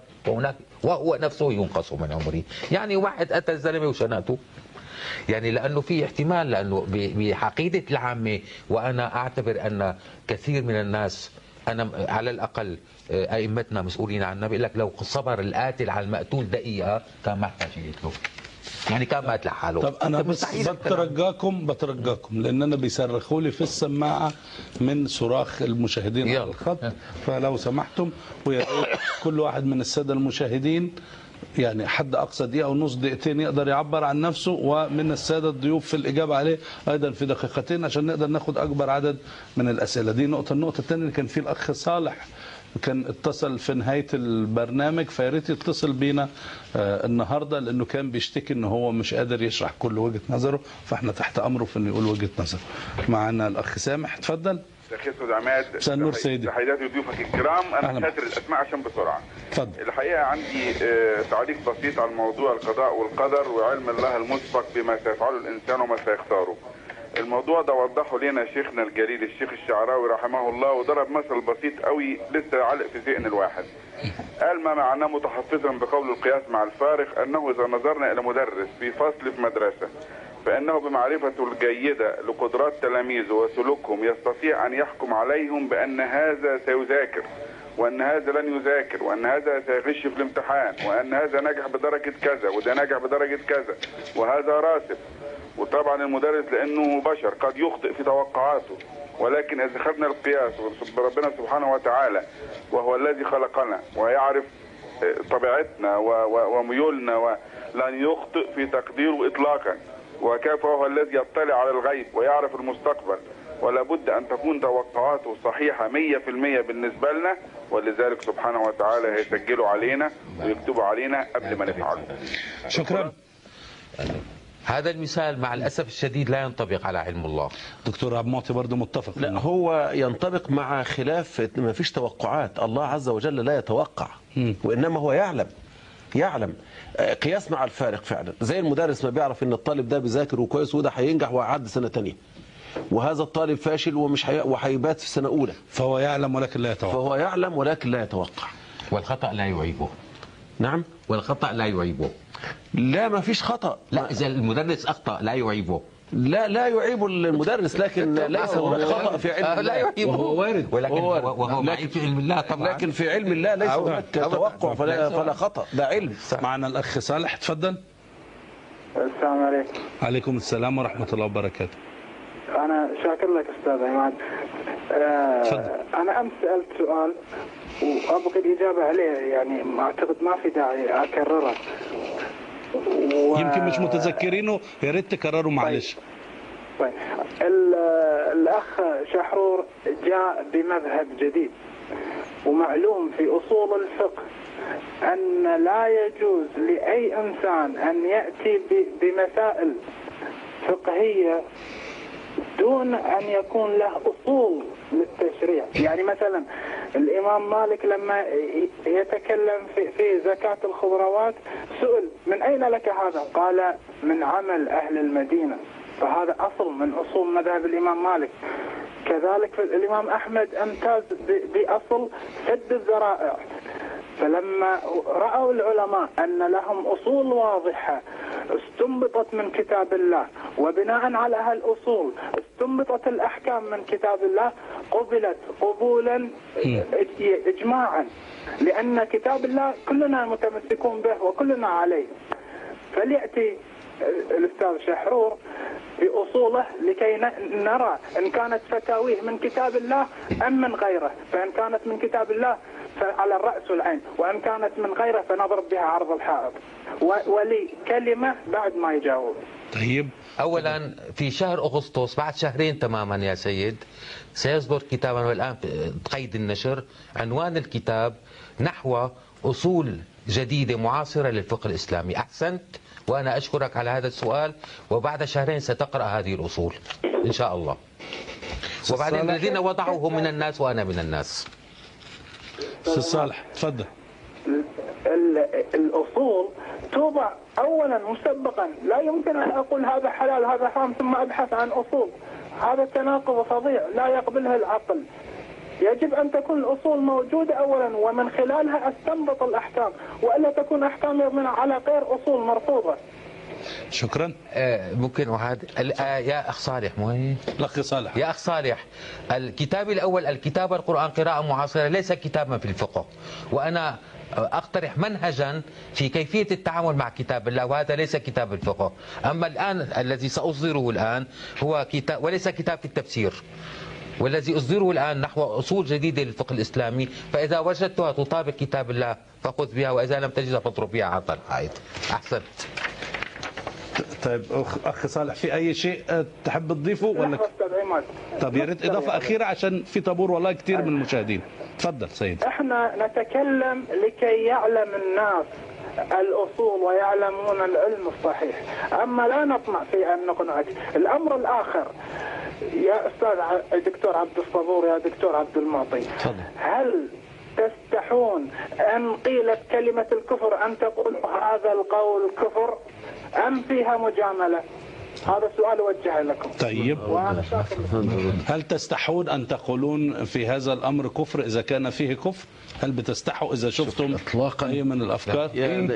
وهو نفسه ينقص من عمره. يعني واحد أتى الزلمة وشنقته، يعني لأنه في احتمال، لأنه بعقيدة العامة، وأنا أعتبر أن كثير من الناس، أنا على الأقل أئمتنا مسؤولين عنا، بيقول لك لو صبر القاتل على المقتول دقيقة كان ما احتاج يقتله، يعني كان مات لحاله. طب أنا بس بترجاكم لأن أنا بيصرخوا لي في السماعة من صراخ المشاهدين على الخط، فلو سمحتم ويا ريت كل واحد من السادة المشاهدين يعني حد أقصى دقيقة أو نص دقيقتين يقدر يعبر عن نفسه، ومن السادة الضيوف في الإجابة عليه أيضا في دقيقتين عشان نقدر ناخد أكبر عدد من الأسئلة. دي نقطة. النقطة الثانية اللي كان في الأخ صالح كان اتصل في نهاية البرنامج، فياريت يتصل بينا النهاردة، لأنه كان بيشتكي إن هو مش قادر يشرح كل وجهة نظره، فإحنا تحت أمره في إنه يقول وجهة نظره. معنا الأخ سامح، اتفضل. اخي استاذ عماد، مساء النور سيدي. تحياتي لضيوفك الكرام. انا هساتر الاسماء عشان بسرعه. اتفضل. الحقيقه عندي تعليق بسيط على موضوع القضاء والقدر وعلم الله المسبق بما سيفعله الانسان وما سيختاره. الموضوع ده وضحه لنا شيخنا الجليل الشيخ الشعراوي رحمه الله، وضرب مثل بسيط قوي لسه علق في ذهن الواحد. قال ما معناه متحفظا بقول القياس مع الفارق انه اذا نظرنا الى مدرس في فصل في مدرسه فإنه بمعرفته الجيدة لقدرات تلاميذه وسلوكهم يستطيع أن يحكم عليهم بأن هذا سيذاكر وأن هذا لن يذاكر وأن هذا سيغش في الامتحان وأن هذا نجح بدرجة كذا وده نجح بدرجة كذا وهذا راسب. وطبعا المدرس لأنه بشر قد يخطئ في توقعاته، ولكن إذا خدنا القياس بربنا سبحانه وتعالى وهو الذي خلقنا ويعرف طبيعتنا وميولنا ولن يخطئ في تقديره إطلاقا، وكيف هو الذي يطلع على الغيب ويعرف المستقبل، ولا بد أن تكون توقعاته صحيحة 100% بالنسبة لنا، ولذلك سبحانه وتعالى هيسجلوا علينا ويكتبوا علينا قبل ما نفعله. شكرا. هذا المثال مع الأسف الشديد لا ينطبق على علم الله. دكتور عبد المعطي برضه متفق. لا هو ينطبق مع خلاف، ما فيش توقعات. الله عز وجل لا يتوقع وإنما هو يعلم. قياس مع الفارق فعلا، زي المدرس ما بيعرف ان الطالب ده بيذاكر وكويس وده هينجح وهيعدي سنه ثانيه، وهذا الطالب فاشل ومش وهيبات في سنه اولى، فهو يعلم ولكن لا يتوقع. والخطأ لا يعيبه. نعم، والخطأ لا يعيبه. لا ما فيش خطأ. لا إذا المدرس أخطأ لا يعيبه. لا يعيب المدرس، لكن ليس هناك خطأ في علم الله. لا يعيبه، وهو وارد، ولكن وهو معين في علم الله طبعا. لكن في علم الله ليس هناك توقع فلا خطأ، ده علم. معنا الأخ صالح، اتفضل. السلام عليكم. عليكم السلام ورحمة الله وبركاته. أنا شاكر لك أستاذ عماد. أنا أمس سألت سؤال وأبغي الإجابة عليه، يعني أعتقد ما في داعي أكرره. يمكن مش متذكرينه، يا ريت تكرروا معلش. طيب الأخ شحرور جاء بمذهب جديد، ومعلوم في أصول الفقه أن لا يجوز لأي إنسان أن يأتي بمسائل فقهية دون أن يكون له أصول للتشريع. يعني مثلا الإمام مالك لما يتكلم في زكاة الخضروات سئل من أين لك هذا؟ قال من عمل أهل المدينة، فهذا أصل من أصول مذهب الإمام مالك. كذلك الإمام أحمد امتاز بأصل سد الذرائع، فلما رأوا العلماء أن لهم أصول واضحة استنبطت من كتاب الله، وبناء على هالأصول استنبطت الأحكام من كتاب الله، قبلت قبولا إجماعا، لأن كتاب الله كلنا متمسكون به وكلنا عليه. فليأتي الأستاذ شحرور بأصوله لكي نرى إن كانت فتاويه من كتاب الله أم من غيره، فإن كانت من كتاب الله فعلى الرأس والعين، وإن كانت من غيره فنضرب بها عرض الحائط. ولي كلمة بعد ما يجاوب. طيب، أولا في شهر أغسطس بعد شهرين تماما يا سيد سيصدر كتابا، والآن قيد النشر، عنوان الكتاب نحو أصول جديدة معاصرة للفقه الإسلامي. أحسنت، وأنا أشكرك على هذا السؤال، وبعد شهرين ستقرأ هذه الأصول إن شاء الله. وبعدين الذين وضعوا هم من الناس وأنا من الناس. أستاذ صالح تفضل. الأصول توضع أولا مسبقا، لا يمكن أن أقول هذا حلال هذا حرام ثم أبحث عن أصول، هذا تناقض فظيع لا يقبلها العقل. يجب أن تكون الأصول موجودة أولا ومن خلالها أستنبط الأحكام، وإلا تكون أحكام من على غير أصول مرفوضة. شكرا. ممكن أعاد يا أخ صالح مهم. الأخ صالح. يا أخ صالح، الكتاب الأول الكتاب القرآن قراءة معاصرة ليس كتابا في الفقه، وأنا أقترح منهجا في كيفية التعامل مع كتاب الله، وهذا ليس كتاب الفقه. أما الآن الذي سأصدره الآن هو كتاب وليس كتاب في التفسير، والذي أصدره الآن نحو أصول جديدة للفقه الإسلامي، فإذا وجدتها تطابق كتاب الله فخذ بها، وإذا لم تجدها فاضرب بها عرض الحائط. أحسنت. طيب أخ صالح، في أي شيء تحب تضيفه ولا؟ طب يا ريت إضافة أخيرة عشان في طابور والله كثير من المشاهدين. تفضل سيد. احنا نتكلم لكي يعلم الناس الأصول ويعلمون العلم الصحيح، أما لا نطمع في أن نقنعك. الأمر الآخر يا أستاذ دكتور عبد الصبور، يا دكتور عبد المعطي، هل تستحون أن قيلت كلمة الكفر أن تقول هذا القول كفر أم فيها مجاملة؟ هذا السؤال وجهه لكم. طيب، هل تستحون أن تقولون في هذا الأمر كفر إذا كان فيه كفر؟ هل بتستحوا إذا شفتم إطلاقا أي من الأفكار؟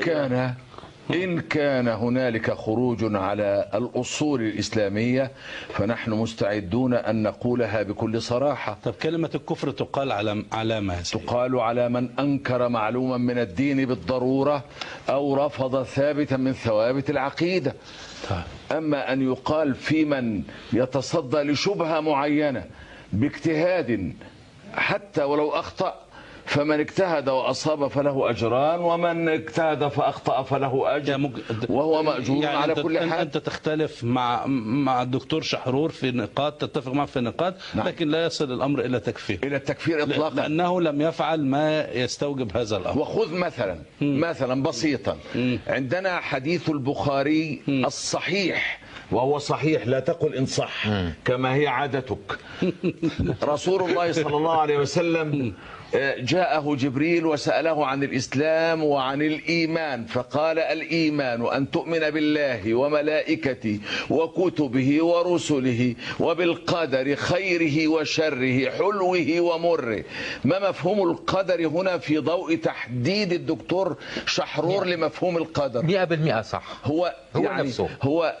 إن كان هنالك خروج على الأصول الإسلامية فنحن مستعدون أن نقولها بكل صراحة. طب كلمة الكفر تقال على ما؟ تقال على من أنكر معلوما من الدين بالضرورة أو رفض ثابتا من ثوابت العقيدة. أما أن يقال في من يتصدى لشبهة معينة باجتهاد حتى ولو أخطأ، فمن اجتهد وأصاب فله أجران، ومن اجتهد فأخطأ فله أجر وهو مأجور يعني على كل حال. أنت تختلف مع الدكتور شحرور في نقاط، تتفق معه في نقاط، نعم. لكن لا يصل الأمر إلى التكفير إطلاقا، لأنه لم يفعل ما يستوجب هذا الأمر. وخذ مثلا بسيطا، عندنا حديث البخاري الصحيح، وهو صحيح لا تقل إن صح كما هي عادتك. رسول الله صلى الله عليه وسلم جاءه جبريل وسأله عن الإسلام وعن الإيمان، فقال الإيمان أن تؤمن بالله وملائكته وكتبه ورسله وبالقدر خيره وشره حلوه ومره. ما مفهوم القدر هنا في ضوء تحديد الدكتور شحرور لمفهوم القدر؟ 100% صح. هو يعني نفسه هو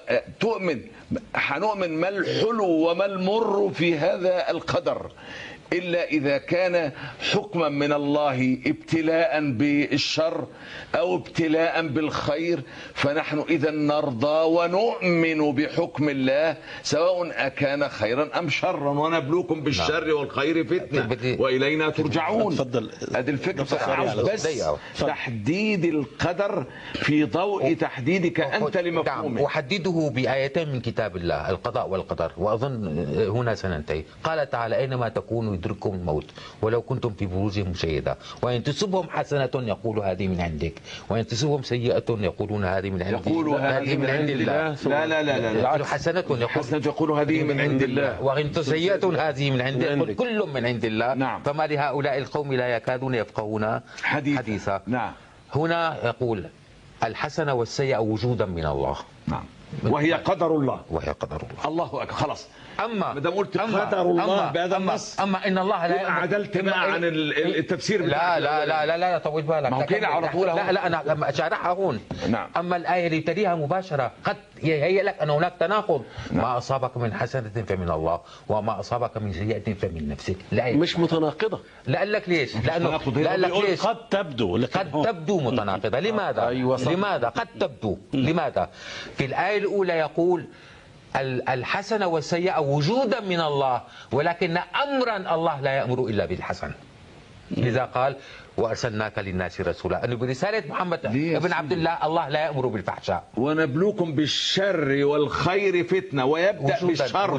هنؤمن ما الحلو وما المر في هذا القدر إلا إذا كان حكما من الله ابتلاء بالشر أو ابتلاء بالخير، فنحن إذا نرضى ونؤمن بحكم الله سواء أكان خيرا أم شرا، ونبلوكم بالشر والخير فتنة وإلينا ترجعون. هذه الفكرة، بس تحديد القدر في ضوء تحديدك أنت لمفهومه. وحدده بآيتين من كتاب الله، القضاء والقدر، وأظن هنا سننتهي. قال تعالى أينما تكونوا يدرككم الموت ولو كنتم في بروج مشيدة، وإن تصبهم حسنة يقول هذه من عندك، وإن تصبهم سيئة يقولون هذه من عندك، هذه من عند الله. لا حسنة يقول هذه من عند الله، وإن سيئة هذه من عندك، كل من عند الله. نعم. فما لهؤلاء القوم لا يكادون يفقهون حديثا. نعم. هنا يقول الحسنة والسيئة وجودا من الله. نعم. وهي قدر الله. الله أكبر. خلاص. أما ما دام قلت قدر الله بهذا النص، أما إن الله لا عدلت بقى عن التفسير. لا طول بالك. ما هو كده على طول. لا أنا أشارحها هون. نعم. أما الآية اللي تليها مباشرة قد هي لك أن هناك تناقض. نعم. ما أصابك من حسنة فمن الله وما أصابك من سيئة فمن نفسك. مش متناقضة. لا أقول لك ليش؟ لأنه ليش؟ قد تبدو متناقضة. لماذا؟ لماذا قد تبدو؟ لماذا؟ في الآية الأولى يقول الحسنة والسيئة وجودا من الله، ولكن أمرا الله لا يأمر إلا بالحسن. لذا قال وارسلناك للناس رسولا، انه برساله محمد ابن عبد الله الله لا يامر بالفحشاء. ونبلوكم بالشر والخير فتنه، ويبدا بالشر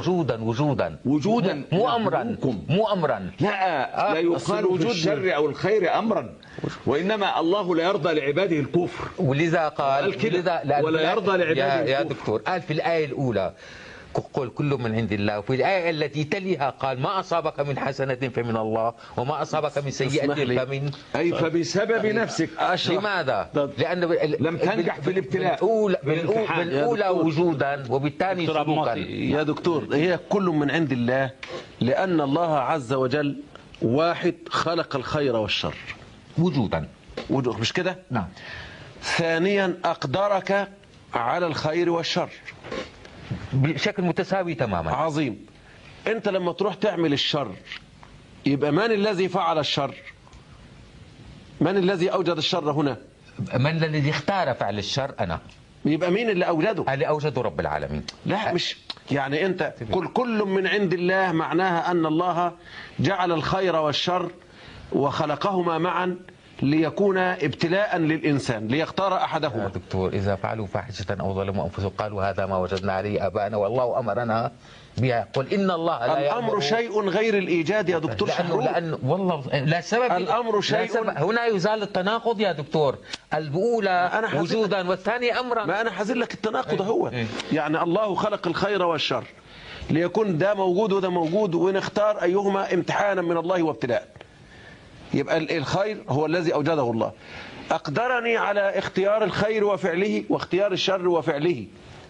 وجودا مو امرا لا يقال في الشر او الخير امرا، وانما الله لا يرضى لعباده الكفر، ولذا قال ولا يرضى لعباده يا دكتور قال في الايه الاولى قل كل من عند الله، وفي الآية التي تليها قال ما أصابك من حسنة فمن الله وما أصابك من سيئة فمن فبسبب نفسك. لماذا؟ لأن لم تنجح في الابتلاء بالأولى وجودا وبالثاني سلوكا. يا دكتور هي كل من عند الله، لأن الله عز وجل واحد خلق الخير والشر وجودا مش كده؟ نعم. ثانيا أقدرك على الخير والشر بشكل متساوي تماما. عظيم. انت لما تروح تعمل الشر يبقى من الذي فعل الشر؟ من الذي اوجد الشر هنا؟ من الذي اختار فعل الشر؟ انا. يبقى مين اللي اوجده؟ اللي اوجده رب العالمين. لا مش يعني انت كل من عند الله، معناها ان الله جعل الخير والشر وخلقهما معا ليكون ابتلاء للإنسان ليختار أحدهما. يا دكتور إذا فعلوا فاحشة أو ظلموا أنفسهم قالوا هذا ما وجدنا عليه آباءنا والله أمرنا بها، قل إن الله لا يأمر. الأمر شيء غير الإيجاد يا دكتور شحرور. لأنه والله لا سبب. الأمر شيء هنا يزال التناقض يا دكتور، الأولى وجودا والثاني أمرا. ما أنا حازل لك التناقض هو. يعني الله خلق الخير والشر ليكون ده موجود وده موجود، ونختار أيهما امتحانا من الله وابتلاء. يبقى الخير هو الذي أوجده الله. أقدرني على اختيار الخير وفعله واختيار الشر وفعله.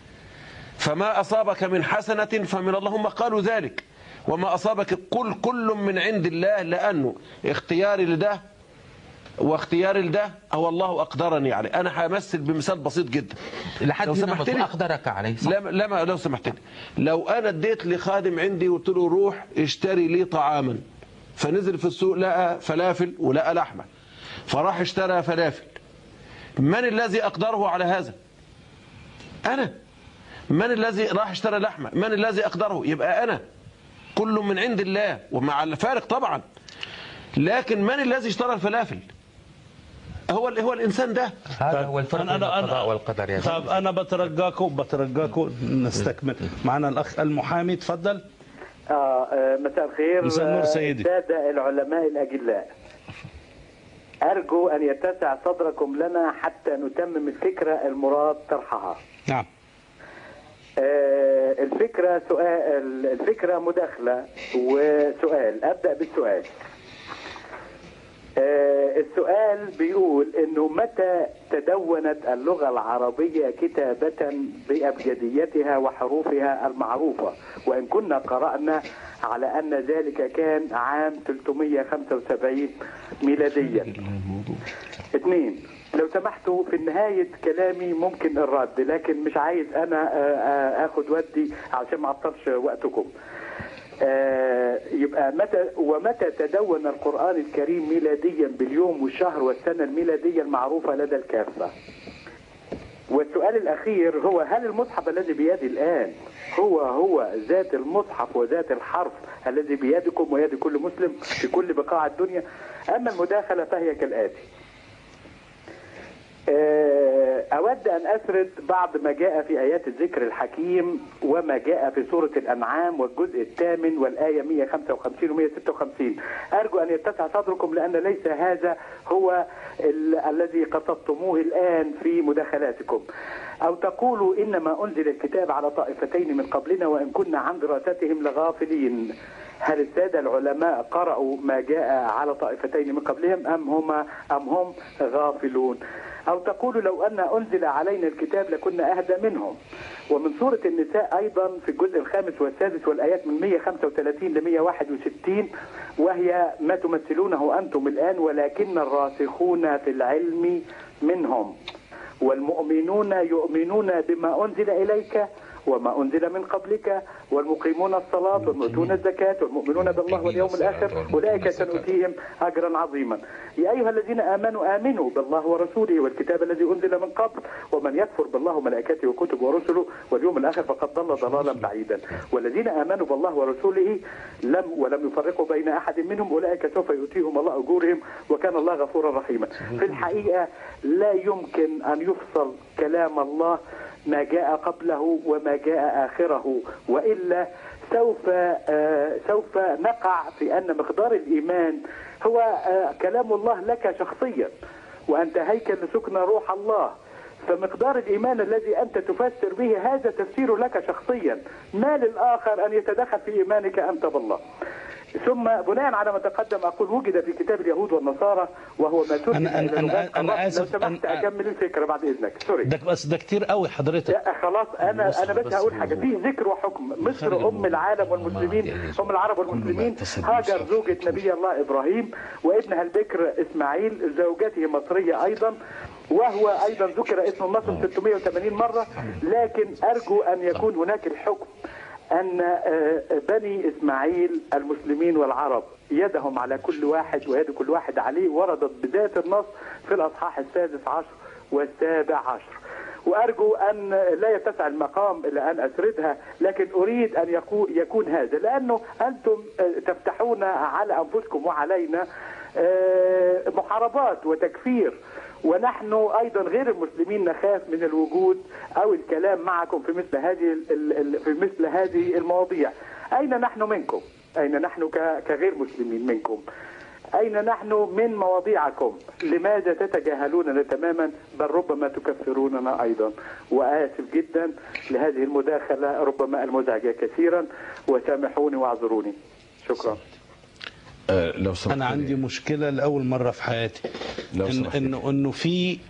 فما أصابك من حسنة فمن الله، هم قالوا ذلك. وما أصابك قل كل من عند الله، لأنه اختياري لده واختياري لده هو الله أقدرني عليه. أنا همثل بمثال بسيط جدا لو سمحت لي. أقدرك عليه صح؟ لا لو سمحت لي، لو أنا اديت لخادم عندي وقلت له روح اشتري لي طعاما، فنزل في السوق لقى فلافل ولقى لحمة، فراح اشترى فلافل، من الذي أقدره على هذا؟ أنا. من الذي راح اشترى لحمة؟ من الذي أقدره؟ يبقى أنا. كل من عند الله، ومع الفارق طبعا، لكن من الذي اشترى الفلافل؟ هو الإنسان ده. هذا هو الفرق بين القضاء والقدر يا طيب أنا بترجاكم نستكمل. معنا الأخ المحامي، تفضل. مساء الخير. مساء النور سيدي. السادة العلماء الأجلاء، أرجو أن يتسع صدركم لنا حتى نتمم الفكرة المراد طرحها. نعم. الفكرة سؤال، الفكرة مداخلة وسؤال. أبدأ بالسؤال. السؤال بيقول إنه متى تدونت اللغة العربية كتابة بأبجديتها وحروفها المعروفة، وإن كنا قرأنا على أن ذلك كان عام 375 ميلاديا. 2. لو سمحتوا في نهاية كلامي ممكن الرد، لكن مش عايز أنا أخد ودي عشان ما أعطلش وقتكم. يبقى متى تدون القرآن الكريم ميلاديا باليوم والشهر والسنة الميلادية المعروفة لدى الكافة؟ والسؤال الأخير هو هل المصحف الذي بيدي الآن هو ذات المصحف وذات الحرف الذي بيدكم ويد كل مسلم في كل بقاع الدنيا؟ أما المداخلة فهي كالآتي. أود أن أسرد بعض ما جاء في آيات الذكر الحكيم وما جاء في سورة الأنعام والجزء 8 والآية 155 و 156. أرجو أن يتسع صدركم لأن ليس هذا هو الذي قصدتموه الآن في مداخلاتكم. أو تقولوا إنما أنزل الكتاب على طائفتين من قبلنا وإن كنا عن دراستهم لغافلين. هل السادة العلماء قرأوا ما جاء على طائفتين من قبلهم أم هم غافلون؟ أو تقول لو أن أنزل علينا الكتاب لكنا أهدى منهم. ومن سورة النساء أيضا في الجزء 5 والسادس والآيات من 135 ل 161، وهي ما تمثلونه أنتم الآن ولكن الراسخون في العلم منهم والمؤمنون يؤمنون بما أنزل إليك وما أنزل من قبلك والمقيمون الصلاة والمؤتون الزكاة والمؤمنون بالله واليوم الآخر أولئك سنؤتيهم أجرا عظيما. يا أيها الذين آمنوا آمنوا بالله ورسوله والكتاب الذي أنزل من قبل ومن يكفر بالله وملائكته وكتبه ورسله واليوم الآخر فقد ضل ضلالا بعيدا. والذين آمنوا بالله ورسوله ولم يفرقوا بين أحد منهم أولئك سوف يؤتيهم الله أجورهم وكان الله غفورا رحيما. في الحقيقة لا يمكن أن يفصل كلام الله ما جاء قبله وما جاء آخره، وإلا سوف نقع في أن مقدار الإيمان هو كلام الله لك شخصيا، وأنت هيكل لسكن روح الله، فمقدار الإيمان الذي أنت تفسر به هذا تفسير لك شخصيا، ما للآخر أن يتدخل في إيمانك أنت بالله. ثم بناء على ما تقدم أقول وجد في كتاب اليهود والنصارى وهو ما ترجم إلى لغات. أنا آسف، لو سمحت أكمل الفكرة بعد إذنك. سوري ده كتير قوي حضرتك. خلاص أنا بس هقول حاجة فيه ذكر وحكم. مصر أم العالم والمسلمين، أم العرب والمسلمين. هاجر زوجة نبي الله إبراهيم وابنها البكر إسماعيل، زوجته مصرية أيضا، وهو أيضا ذكر اسم مصر 680 مرة، لكن أرجو أن يكون هناك الحكم أن بني إسماعيل المسلمين والعرب يدهم على كل واحد ويد كل واحد عليه وردت بذات النص في الأصحاح 16 و17. وأرجو أن لا يتسع المقام إلى أن أسردها، لكن أريد أن يكون هذا، لأنه أنتم تفتحون على أنفسكم وعلينا محاربات وتكفير، ونحن أيضا غير المسلمين نخاف من الوجود أو الكلام معكم في مثل هذه المواضيع. أين نحن منكم؟ أين نحن كغير مسلمين منكم؟ أين نحن من مواضيعكم؟ لماذا تتجاهلوننا تماما بل ربما تكفروننا أيضا؟ وآسف جدا لهذه المداخلة ربما المزعجة كثيرا، وسامحوني واعذروني. شكرا. لو أنا عندي مشكلة لأول مرة في حياتي، إنه في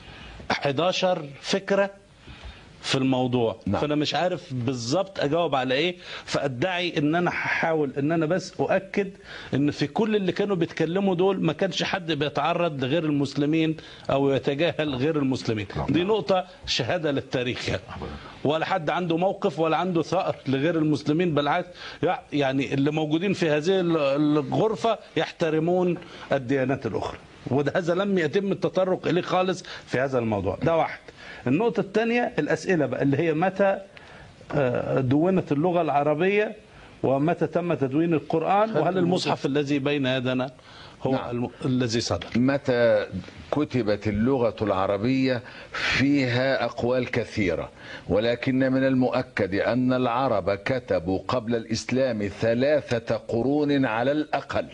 11 فكرة في الموضوع. نعم. فأنا مش عارف بالظبط أجاوب على إيه، فأدعي إن أنا هحاول إن أنا بس أؤكد إن في كل اللي كانوا بيتكلموا دول ما كانش حد بيتعرض لغير المسلمين أو يتجاهل غير المسلمين. دي نقطة شهادة للتاريخ ولا حد عنده موقف ولا عنده ثأر لغير المسلمين، بالعكس يعني اللي موجودين في هذه الغرفة يحترمون الديانات الأخرى، وهذا لم يتم التطرق إليه خالص في هذا الموضوع. ده واحد. النقطة الثانية الأسئلة بقى اللي هي متى دونت اللغة العربية ومتى تم تدوين القرآن، وهل المصحف الذي بين يدنا هو الذي صدر. متى كتبت اللغة العربية فيها أقوال كثيرة، ولكن من المؤكد أن العرب كتبوا قبل الإسلام 3 قرون على الأقل،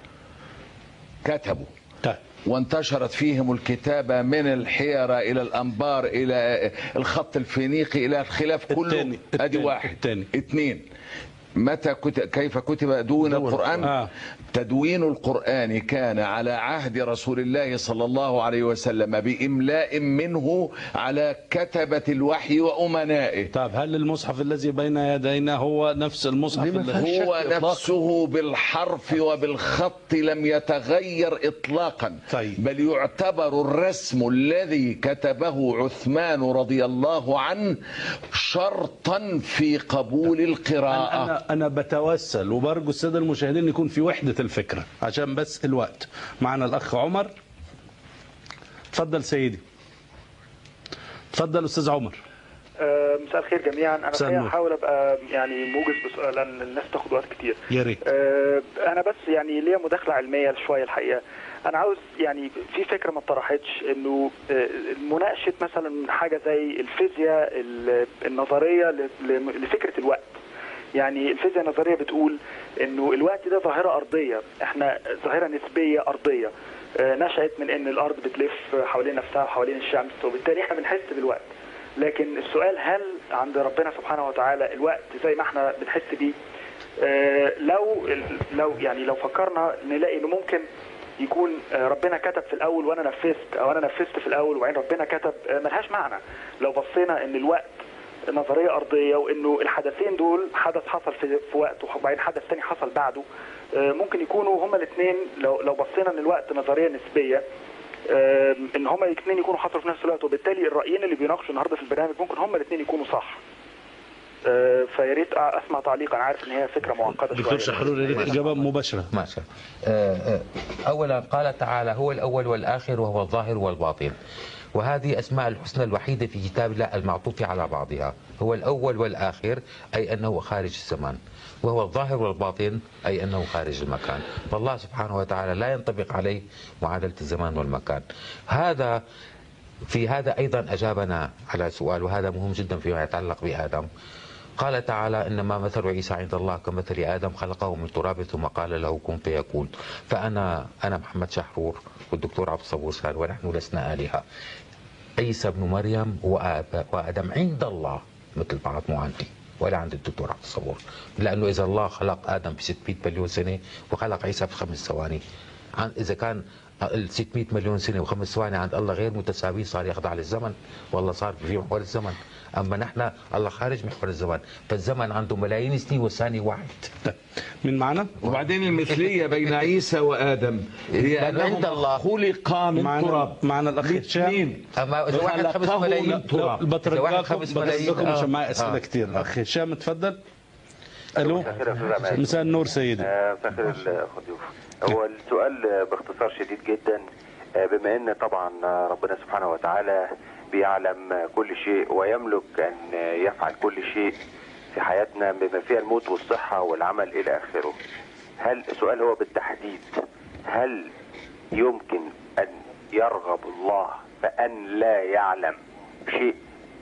كتبوا وانتشرت فيهم الكتابة من الحيرة إلى الأنبار إلى الخط الفينيقي إلى الخلاف كله. أدي واحد. 2 متى كيف كتب دون القرآن؟ تدوين القرآن كان على عهد رسول الله صلى الله عليه وسلم بإملاء منه على كتبة الوحي وأمنائه. طب هل المصحف الذي بين يدينا هو نفس المصحف هو نفسه بالحرف وبالخط لم يتغير إطلاقا. طيب. بل يعتبر الرسم الذي كتبه عثمان رضي الله عنه شرطا في قبول القراءة. أنا بتوسل وبرجو السادة المشاهدين يكون في وحدة الفكرة عشان بس الوقت. معنا الأخ عمر. تفضل سيدي. تفضل أستاذ عمر. مساء الخير جميعا. أنا الحقيقة هحاول أبقى يعني موجز بسؤال لأن الناس تاخد وقت كتير. يا ريت. أنا بس يعني ليا مداخلة علمية شوية الحقيقة. أنا عاوز يعني في فكرة ما اتطرحتش إنه مناقشة مثلا حاجة زي الفيزياء النظرية لفكرة الوقت. يعني الفيزياء النظريه بتقول انه الوقت ده ظاهره ارضيه، احنا ظاهره نسبيه ارضيه نشأت من ان الارض بتلف حوالين نفسها وحوالين الشمس، وبالتالي احنا بنحس بالوقت. لكن السؤال هل عند ربنا سبحانه وتعالى الوقت زي ما احنا بنحس بيه؟ لو فكرنا نلاقي انه ممكن يكون ربنا كتب في الاول وانا نفذت، او انا نفذت في الاول وبعدين ربنا كتب، ملهاش معنى. لو بصينا ان الوقت نظريه ارضيه وانه الحدثين دول حدث حصل في وقت وبعدين حدث ثاني حصل بعده، ممكن يكونوا هما الاثنين لو بصينا ان الوقت نظريه نسبيه، ان هما الاثنين يكونوا حصلوا في نفس الوقت، وبالتالي الرايين اللي بيناقشوا النهارده في البرنامج ممكن هما الاثنين يكونوا صح. فيا ريت اسمع تعليق. انا عارف ان هي فكره معقده شويه. دكتور شحرور يريد اجابه مباشره. ماشي. اولا قال تعالى هو الاول والاخر وهو الظاهر والباطن، وهذه اسماء الحسنى الوحيده في كتاب الله المعطوف على بعضها. هو الاول والاخر اي انه خارج الزمان، وهو الظاهر والباطن أي أنه خارج المكان. فالله سبحانه وتعالى لا ينطبق عليه معادلة الزمان والمكان. في هذا أيضا أجابنا على سؤال، وهذا مهم جدا فيما يتعلق بآدم. قال تعالى إنما مثل عيسى عند الله كمثل آدم خلقه من تراب ثم قال له كن فيكون. فأنا محمد شحرور والدكتور عبد الصبور قال ونحن لسنا آلهة. عيسى ابن مريم وآدم عند الله مثل بعض، مو عندي ولا عند الدكتور عبد الصبور، لأنه إذا الله خلق آدم في 600 مليون سنة وخلق عيسى في 5 ثواني، إذا كان ال 600 مليون سنة و5 ثواني عند الله غير متساويين صار يخضع للزمن، والله صار في محور الزمن. أما نحن الله خارج محور الزمن، فالزمن عنده ملايين السنين والثانية واحد. من معنا؟ وبعدين المثلية بين عيسى وآدم هي أنهم خلقا من تراب. معنا الأخ هشام. أما إذا واحد 5 ملايين بترجاكم عشان معي أسئلة كثير. الأخ هشام تفضل. ألو. مساء النور سيدي. مساء الخير الأخ ضيوف. هو السؤال باختصار شديد جدا، بما أن طبعا ربنا سبحانه وتعالى بيعلم كل شيء ويملك أن يفعل كل شيء في حياتنا بما فيها الموت والصحة والعمل إلى آخره، هل السؤال هو بالتحديد هل يمكن أن يرغب الله فأن لا يعلم شيء؟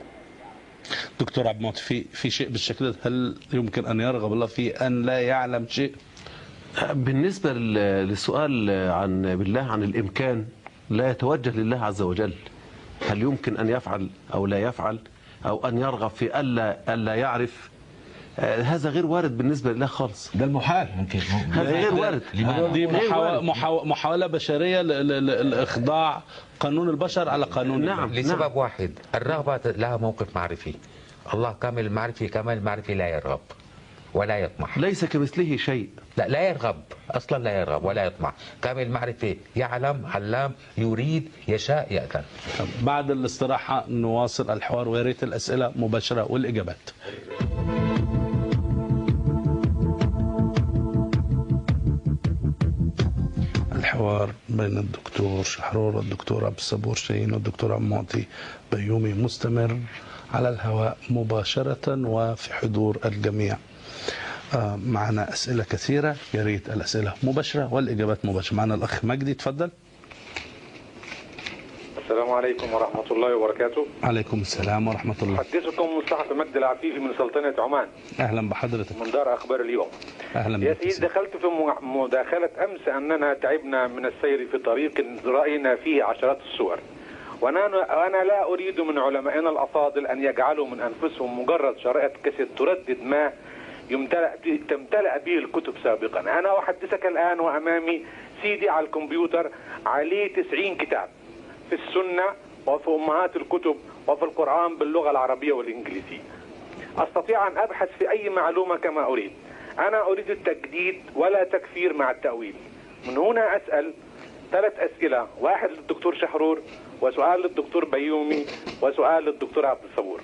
دكتور عبد المعطي، في شيء بالشكل، هل يمكن أن يرغب الله في أن لا يعلم شيء؟ بالنسبة للسؤال عن بالله عن الإمكان، لا يتوجه لله عز وجل هل يمكن أن يفعل أو لا يفعل أو أن يرغب في ألا يعرف. هذا غير وارد بالنسبة لله خالص. ده المحال. هذا غير وارد. دي محاولة بشرية لإخضاع قانون البشر على قانون الله. نعم. لسبب واحد، الرغبة لها موقف معرفي. الله كامل المعرفة، كمال المعرفة لا يرغب ولا يطمح. ليس كمثله شيء. لا يرغب اصلا، لا يرغب ولا يطمع. كامل المعرفه، يعلم، علام، يريد، يشاء، يأتن. بعد الاستراحه نواصل الحوار، ويا ريت الاسئله مباشره والاجابات. الحوار بين الدكتور شحرور والدكتور عبد الصبور شاهين والدكتور عبد المعطي بيومي مستمر على الهواء مباشره وفي حضور الجميع. معنا أسئلة كثيرة، يا ريت الأسئلة مباشرة والإجابات مباشرة. معنا الأخ مجدي، تفضل. السلام عليكم ورحمة الله وبركاته. عليكم السلام ورحمة الله. حدثكم الصحفي مجدي العفيفي من سلطنة عمان. أهلا بحضرتك. من دار أخبار اليوم. أهلا بك. يا سيدي، دخلت في مداخلة أمس أننا تعبنا من السير في طريق رأينا فيه عشرات الصور، وأنا لا أريد من علمائنا الأفاضل أن يجعلوا من أنفسهم مجرد شرائط كاسيت تردد ما تمتلأ به الكتب سابقا. أنا أحدثك الآن وأمامي سيدي على الكمبيوتر عليه 90 كتاب في السنة وفي أمهات الكتب وفي القرآن باللغة العربية والإنجليزية. أستطيع أن أبحث في أي معلومة كما أريد. أنا أريد التجديد ولا تكفير مع التأويل. من هنا أسأل 3 أسئلة، واحد للدكتور شحرور، وسؤال للدكتور بيومي، وسؤال للدكتور عبد الصبور.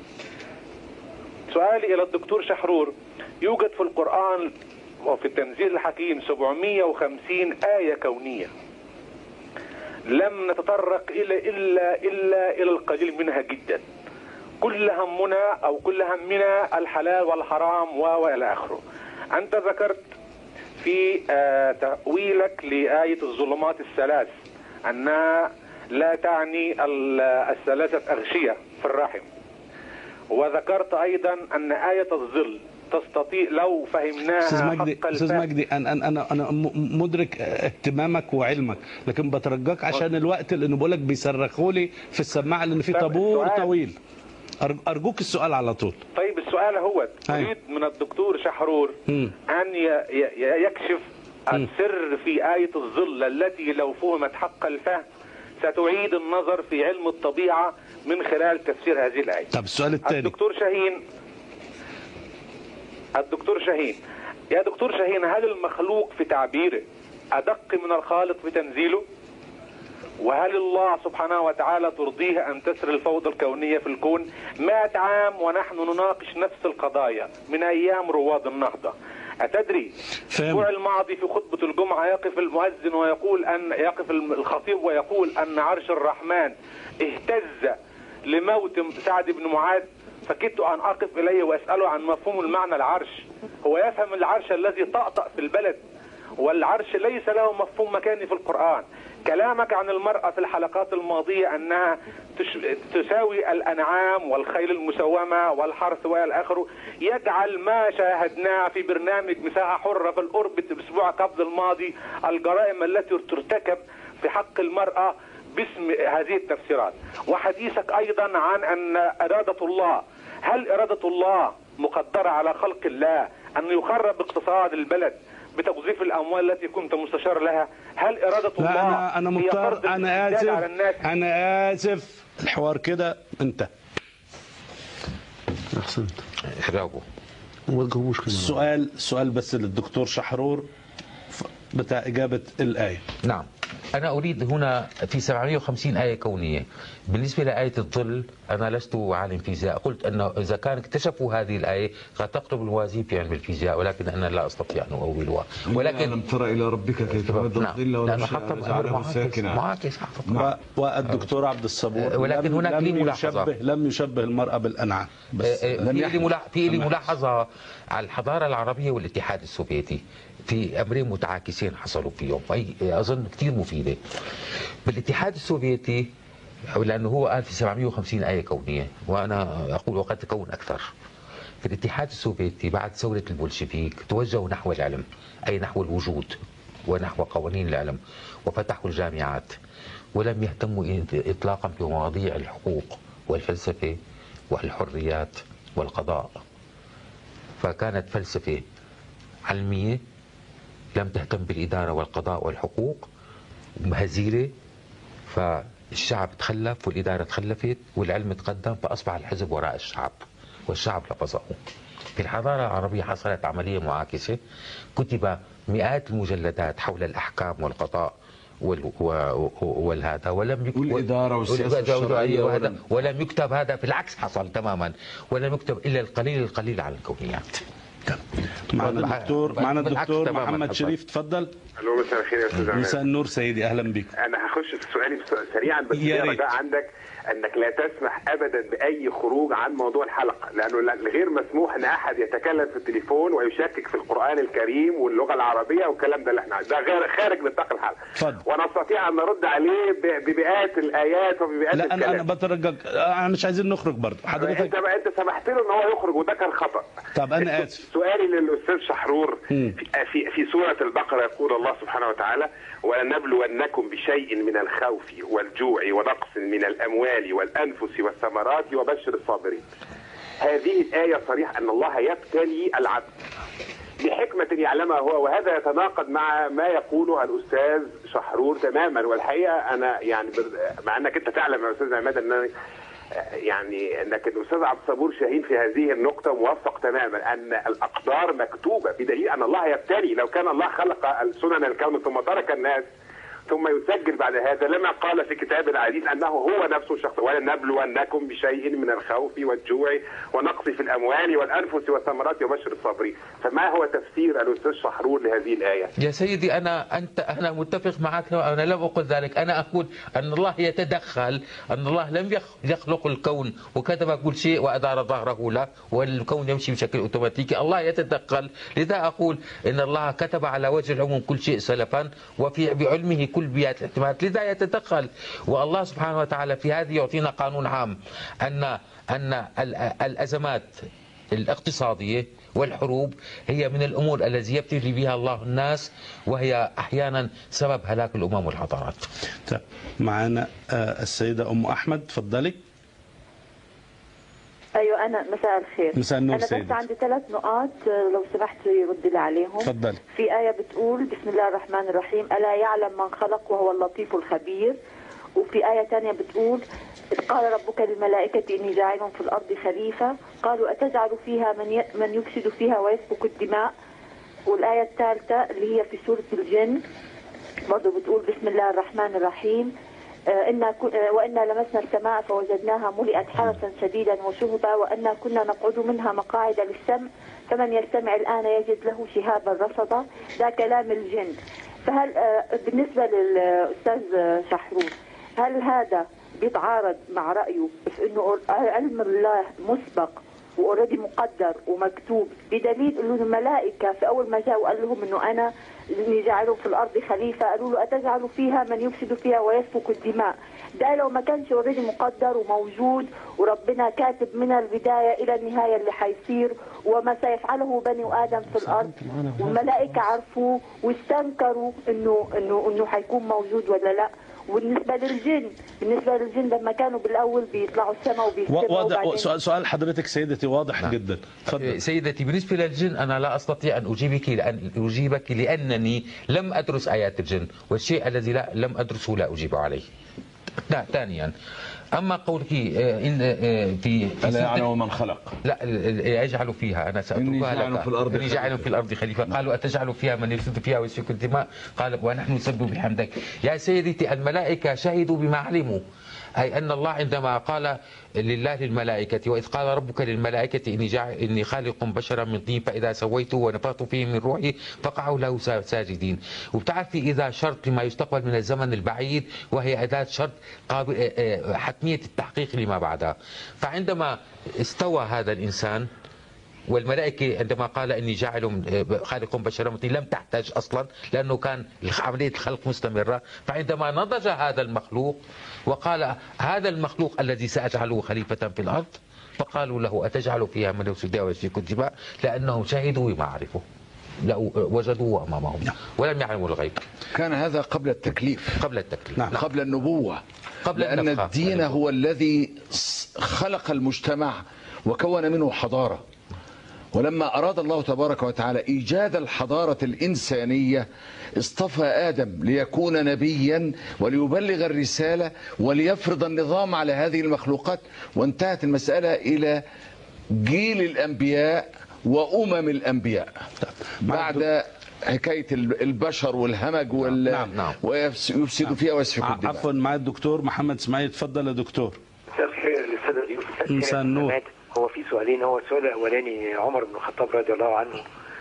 سؤالي إلى الدكتور شحرور، يوجد في القرآن وفي التنزيل الحكيم 750 آية كونية، لم نتطرق إلا إلى القليل منها جدا. كل همنا أو كل همنا الحلال والحرام وإلى آخره. أنت ذكرت في تأويلك لآية الظلمات الثلاث أنها لا تعني الثلاثة أغشية في الرحم، وذكرت أيضا أن آية الظل تستطيع لو فهمناها حق الفهم. أستاذ مجدي، أنا مدرك اهتمامك وعلمك، لكن بترجاك عشان الوقت، لأنه بقولك بيصرخوا لي في السماعة لأن في طابور طويل. أرجوك السؤال على طول. طيب السؤال هو، أريد من الدكتور شحرور أن يكشف السر في آية الظل التي لو فهمت حق الفهم ستعيد النظر في علم الطبيعة من خلال تفسير هذه الآية. طب السؤال الثاني. الدكتور شاهين، يا دكتور شاهين، هل المخلوق في تعبيره أدق من الخالق في تنزيله؟ وهل الله سبحانه وتعالى ترضيه أن تسري الفوضى الكونية في الكون 100 عام ونحن نناقش نفس القضايا من أيام رواد النهضة؟ أتدري الأسبوع الماضي في خطبة الجمعة يقف المؤذن ويقول يقف الخطيب ويقول أن عرش الرحمن اهتز لموت سعد بن معاذ، فكدت أن أقف إليه وأسأله عن مفهوم المعنى العرش. هو يفهم العرش الذي طأطأ في البلد، والعرش ليس له مفهوم مكاني في القرآن. كلامك عن المرأة في الحلقات الماضية أنها تساوي الأنعام والخيل المسومة والحرث والى آخره يجعل ما شاهدناه في برنامج مساحة حرة في الأوربت الأسبوع قبل الماضي الجرائم التي ترتكب في حق المرأة باسم هذه التفسيرات. وحديثك أيضا عن أن إرادة الله، هل إرادة الله مقدرة على خلق الله أن يخرب اقتصاد البلد بتوظيف الأموال التي كنت مستشار لها؟ هل إرادة الله أنا مضطر، أنا آسف الحوار كده انت أحسنت. جاوبوا وما تجاوبوش كمان. سؤال بس للدكتور شحرور بتاع إجابة الآية. نعم، أنا أريد هنا في 750 آية كونية. بالنسبة لآية الظل أنا لست عالم فيزياء، قلت أنه إذا كان اكتشفوا هذه الآية قد تقرب الموازين في علم الفيزياء، ولكن أنا لا أستطيع أن أؤولها. ولكن لم ترى إلى ربك كيف مد الظل ولم جعله ساكنا. معاكس. والدكتور عبد الصبور ولكن هناك لي ملاحظة، لم يشبه المرأة بالأنعام، بس في لي ملاحظة على الحضارة العربية والاتحاد السوفيتي في أمرين متعاكسين حصلوا فيهم، أظن كثير مفيدة. بالاتحاد السوفيتي لأنه هو قال في 750 آية كونية، وأنا أقول وقد تكون أكثر. في الاتحاد السوفيتي بعد ثورة البولشفيك توجهوا نحو العلم، أي نحو الوجود ونحو قوانين العلم، وفتحوا الجامعات، ولم يهتموا إطلاقا بمواضيع الحقوق والفلسفة والحريات والقضاء. فكانت فلسفة علمية لم تهتم بالإدارة والقضاء والحقوق، هزيلة، فالشعب تخلف والإدارة تخلفت والعلم تقدم، فأصبح الحزب وراء الشعب والشعب لفظه. في الحضارة العربية حصلت عملية معاكسة، كتب مئات المجلدات حول الأحكام والقضاء والهذا، ولم يكتب والإدارة والسياسة الشرعية، ولم يكتب هذا، في العكس حصل تماما، ولم يكتب إلا القليل عن الكونيات. معنا الدكتور محمد شريف، تفضل. الو، مساء الخير يا استاذ عماد. مساء النور سيدي، اهلا بك. انا هخش في سؤالي سريعا، بس في رجاء عندك انك لا تسمح ابدا باي خروج عن موضوع الحلقه، لانه غير مسموح ان احد يتكلم في التليفون ويشكك في القران الكريم واللغه العربيه والكلام ده اللي احنا ده غير خارج نطاق الحلقه. اتفضل. وانا استطيع ان ارد عليه بمئات الايات وبمئات الكلام. لا، انا بترجاك، انا مش عايزين نخرج برضه حضرتك. انت سمحت له ان هو يخرج وده كان خطا. طب انا اسف. سؤالي للاستاذ شحرور، في سوره البقره يقول الله سبحانه وتعالى: ولنبلونكم بشيء من الخوف والجوع ونقص من الاموال والانفس والثمرات وبشر الصابرين. هذه الايه صريح ان الله يبتلي العبد بحكمه يعلمها هو، وهذا يتناقض مع ما يقوله الاستاذ شحرور تماما. والحقيقه انا يعني مع انك انت تعلم يا استاذ عماد انك الاستاذ عبد الصبور شاهين في هذه النقطه موفق تماما، ان الاقدار مكتوبه، بدليل ان الله يبتلي. لو كان الله خلق سنن الكون ثم ترك الناس ثم يسجل بعد هذا لما قال في كتاب العزيز انه هو نفسه الشخص: ولنبلونكم بشيء من الخوف والجوع ونقص في الاموال والانفس والثمرات وبشر الصابرين. فما هو تفسير الاستاذ شحرور لهذه الايه؟ يا سيدي انا متفق معك، انا لم اقل ذلك، انا اقول ان الله يتدخل، ان الله لم يخلق الكون وكتب كل شيء وادار ظهره له والكون يمشي بشكل اوتوماتيكي، الله يتدخل. لذا اقول ان الله كتب على وجه العموم كل شيء سلفا، وفي بعلمه كل بيئات الاحتمالات، لذا يتدخل. والله سبحانه وتعالى في هذه يعطينا قانون عام أن الأزمات الاقتصادية والحروب هي من الأمور التي يبتلي بها الله الناس، وهي أحيانا سبب هلاك الأمم والحضارات. طيب، معنا السيدة أم أحمد، تفضلي. ايوه، انا مساء الخير. مساء النور انا سيدي. بس عندي 3 نقاط لو سمحت يرد لي عليهم. تفضلي. في آية بتقول: بسم الله الرحمن الرحيم، ألا يعلم من خلق وهو اللطيف الخبير. وفي آية ثانية بتقول: إذ قال ربك للملائكة إني جاعل في الأرض خليفة، قالوا أتجعل فيها من يفسد فيها ويسفك الدماء. والآية الثالثة اللي هي في سورة الجن برضه بتقول: بسم الله الرحمن الرحيم، وإنا لمسنا السماء فوجدناها ملئت حرسا شديدا وشهبا وأنا كنا نقعد منها مقاعد للسمع فمن يستمع الآن يجد له شهابا رصدا. ده كلام الجن. فهل بالنسبة للأستاذ شحرور هل هذا بيتعارض مع رأيه في إنه علم الله مسبق واوريدي مقدر ومكتوب، بدليل انه الملائكه في اول ما جاءوا قال لهم انه انا اني جاعلهم في الارض خليفه، قالوا له اتجعل فيها من يفسد فيها ويسفك الدماء. ده لو ما كانش اوريدي مقدر وموجود وربنا كاتب من البدايه الى النهايه اللي حيصير وما سيفعله بني ادم في الارض، والملائكه عرفوه واستنكروا انه حيكون موجود ولا لا. بالنسبه للجن لما كانوا بالاول بيطلعوا السماء وبيستمعوا سؤال حضرتك سيدتي واضح جدا. تفضل. سيدتي بالنسبه للجن انا لا استطيع ان اجيبك لانني لم ادرس ايات الجن، والشيء الذي لم ادرسه لا اجيب عليه. ثانيا اما قولك في الا يعلم من خلق، لا يجعل فيها، انا ساتركها لك، اني جاعل في الارض خليفه. قالوا اتجعل فيها من يفسد فيها ويسفك الدماء، قال ونحن نسبح بحمدك. يا سيدتي الملائكه شهدوا بما علموا، أي أن الله عندما قال لله للملائكة وإذ قال ربك للملائكة إني خالق بشرا من طين فإذا سويته ونفخت فيه من روحي فقعوا له ساجدين. وبتعرفي إذا شرط لما يستقبل من الزمن البعيد وهي أداة شرط حتمية التحقيق لما بعدها. فعندما استوى هذا الإنسان والملائكة عندما قال إني جاعل خالق بشرا من طين لم تحتاج أصلا لأنه كان عملية الخلق مستمرة. فعندما نضج هذا المخلوق وقال هذا المخلوق الذي سأجعله خليفة في الأرض، فقالوا له أتجعل فيها من يفسد فيها ويسفك الدماء، لأنهم شهدوا بما عرفوا وجدوه أمامهم ولم يعلموا الغيب. كان هذا قبل التكليف، نعم. قبل النبوة، لأن الدين هو الذي خلق المجتمع وكون منه حضارة. ولما أراد الله تبارك وتعالى إيجاد الحضارة الإنسانية اصطفى آدم ليكون نبيا وليبلغ الرسالة وليفرض النظام على هذه المخلوقات، وانتهت المسألة إلى جيل الأنبياء وأمم الأنبياء بعد حكاية البشر والهمج ويفسد فيها ويسفك الدماء. عفوا مع الدكتور محمد اسماعيل. تفضل يا دكتور. مساء الخير للسادة ضيوف. مساء النور. هو في سؤالين. هو السؤال الاولاني عمر بن الخطاب رضي الله عنه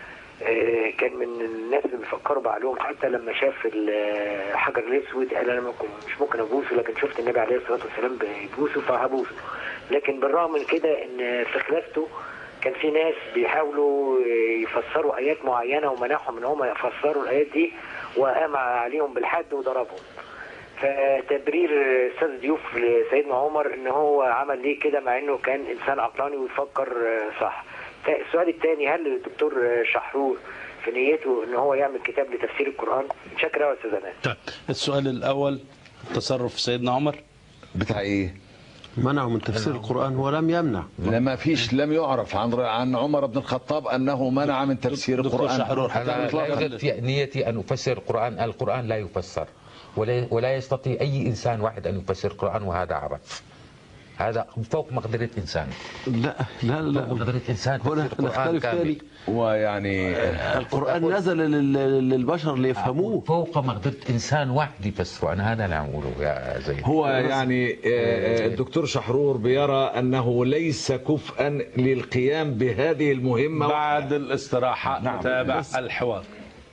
كان من الناس اللي بيفكروا بعقلهم، حتى لما شاف الحجر الاسود قال انا مش ممكن ابوسه، لكن شفت النبي عليه الصلاه والسلام بيبوسه فهبوسه. لكن بالرغم من كده ان في خلافته كان في ناس بيحاولوا يفسروا ايات معينه ومنعهم ان هم يفسروا الايات دي وقام عليهم بالحد وضربهم. فتبرير استاذ ضيوف لسيدنا عمر ان هو عمل ليه كده مع انه كان انسان عقلاني ويفكر صح. السؤال الثاني، هل الدكتور شحرور في نيته ان هو يعمل كتاب لتفسير القران؟ شكرا يا استاذ امان. طيب السؤال الاول، تصرف سيدنا عمر بتاع ايه؟ منعه من تفسير القرآن ولم يمنع. لما فيش، لم يعرف عن عمر بن الخطاب أنه منع من تفسير القرآن. أنا لا يوجد في نيتي أن أفسر القرآن. القرآن لا يفسر ولا يستطيع أي إنسان واحد أن يفسر القرآن، وهذا عبث. هذا فوق مقدرة إنسان. لا فوق مقدرة إنسان. هنا نختلف ثاني. ويعني القرآن نزل للبشر ليفهموه. فوق مقدرة إنسان واحد يفسره. أنا هذا اللي أقوله يا زين. هو يعني الدكتور شحرور بيرى أنه ليس كفءا للقيام بهذه المهمة. بعد الاستراحة نتابع الحوار.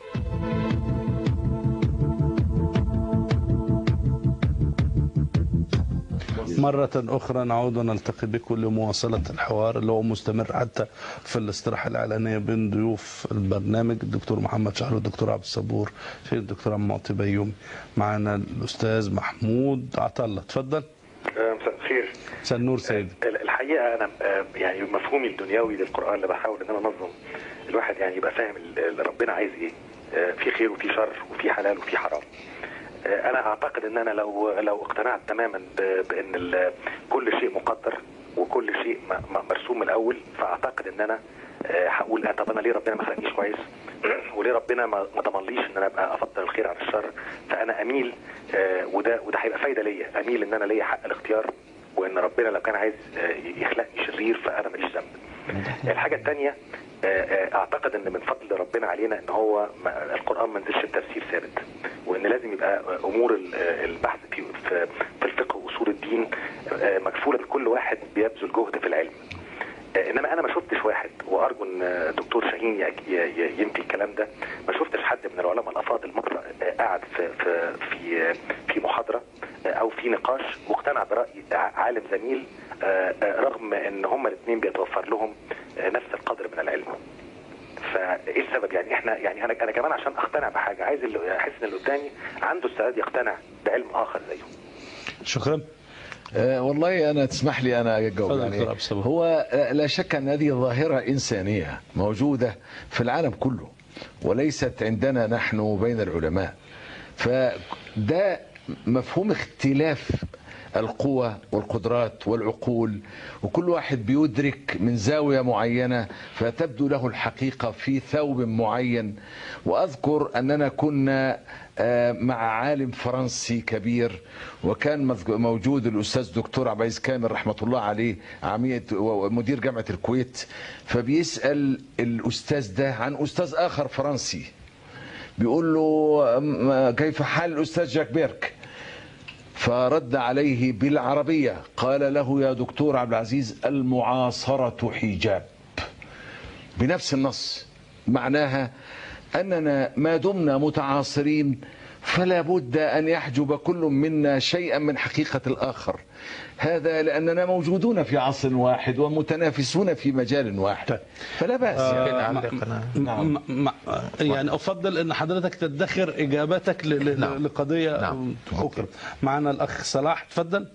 مرة أخرى نعود ونلتقي بكم لمواصلة الحوار اللي هو مستمر حتى في الاستراحة الإعلانية بين ضيوف البرنامج الدكتور محمد شحرور والدكتور عبد الصبور، في الدكتور عم معطي بيومي، معنا الأستاذ محمود عطلة. تفضل. مساء الخير. مساء النور سيدي. الحقيقة أنا يعني مفهومي الدنيوي للقرآن اللي بحاول إن أنا أنظم الواحد يعني يبقى فاهم اللي ربنا عايز إيه، في خير وفي شر وفي حلال وفي حرام. انا اعتقد ان انا لو اقتنعت تماما بان كل شيء مقدر وكل شيء مرسوم من الاول، فاعتقد ان انا هقول طب انا ليه ربنا ما خلقنيش كويس، وليه ربنا ما ضمنليش ان انا ابقى افضل الخير على الشر. فانا اميل وده هيبقى فايده ليا، اميل ان انا ليا حق الاختيار، وان ربنا لو كان عايز يخلقني شرير فانا ماليش ذنب. الحاجه الثانيه اعتقد ان من فضل ربنا علينا ان هو القرآن ما نزلش بتفسير ثابت، وان لازم يبقى امور البحث في الفقه واصول الدين مكفولة لكل واحد بيبذل جهد في العلم. انما انا ما شفتش واحد، وارجو ان الدكتور شاهين ينفي الكلام ده، ما شفتش حد من العلماء الافاضل مره قاعد في محاضره او في نقاش واقتنع براي عالم زميل رغم ان هما الاثنين بيتوفر لهم نفس القدر من العلم. فايه السبب؟ يعني احنا يعني انا كمان عشان اقتنع بحاجه عايز احس ان اللي قدامي عنده استعداد يقتنع بعلم اخر زيه. شكرا. والله أنا تسمح لي أنا أجاوب. يعني هو لا شك أن هذه ظاهرة إنسانية موجودة في العالم كله وليست عندنا نحن بين العلماء، فده مفهوم اختلاف القوى والقدرات والعقول، وكل واحد بيدرك من زاوية معينة فتبدو له الحقيقة في ثوب معين. وأذكر أننا كنا مع عالم فرنسي كبير، وكان موجود الأستاذ دكتور عبد العزيز كامل رحمة الله عليه مدير جامعة الكويت، فبيسأل الأستاذ ده عن أستاذ آخر فرنسي بيقول له كيف حال الأستاذ جاك بيرك؟ فرد عليه بالعربية قال له يا دكتور عبد العزيز المعاصرة حجاب، بنفس النص. معناها أننا ما دمنا متعاصرين فلا بد أن يحجب كل منا شيئا من حقيقة الآخر، هذا لأننا موجودون في عصر واحد ومتنافسون في مجال واحد، فلا بأس. يعني أفضل أن حضرتك تدخر إجابتك لقضية أخرى. معنا الأخ صلاح، تفضل.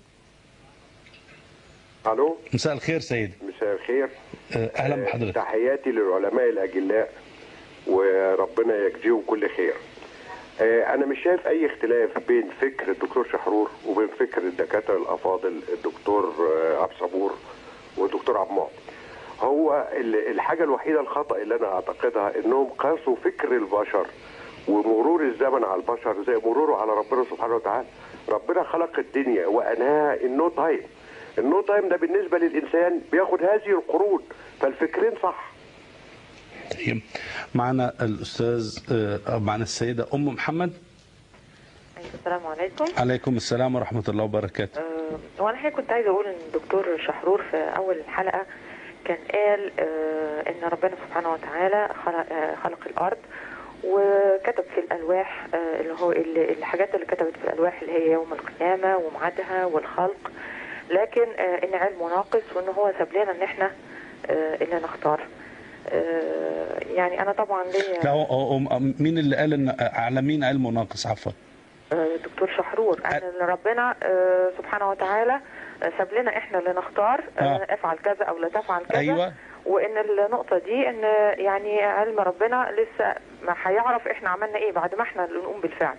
ألو، مساء الخير سيدي. مساء الخير، أهلا بحضرتك. تحياتي للعلماء الأجلاء وربنا يجزيهم كل خير. أنا مش شايف أي اختلاف بين فكر الدكتور شحرور وبين فكر الدكاترة الأفاضل الدكتور عبد الصبور والدكتور عبد المعطي. هو الحاجة الوحيدة الخطأ اللي أنا أعتقدها إنهم قاسوا فكر البشر ومرور الزمن على البشر زي مروره على ربنا سبحانه وتعالى. ربنا خلق الدنيا وأنهاها النو تايم. النو تايم ده بالنسبة للإنسان بياخد هذه القرون، فالفكرين صح. معنا الأستاذ معنا السيدة أم محمد. السلام عليكم. عليكم السلام ورحمة الله وبركاته. وانا الحقيقة كنت عايزة اقول ان الدكتور شحرور في اول الحلقة كان قال ان ربنا سبحانه وتعالى خلق الارض وكتب في الالواح اللي هو الحاجات اللي كتبت في الالواح اللي هي يوم القيامة وميعادها والخلق، لكن ان علمه ناقص وان هو ساب لنا ان احنا اللي نختار. يعني انا طبعا ليا. لا، مين اللي قال ان على مين علمه ناقص؟ عفوا. دكتور شحرور قال ان ربنا سبحانه وتعالى ساب لنا احنا اللي نختار افعل كذا او لا تفعل كذا. أيوة. وان النقطه دي ان يعني علم ربنا لسه ما هيعرف احنا عملنا ايه بعد ما احنا اللي نقوم بالفعل.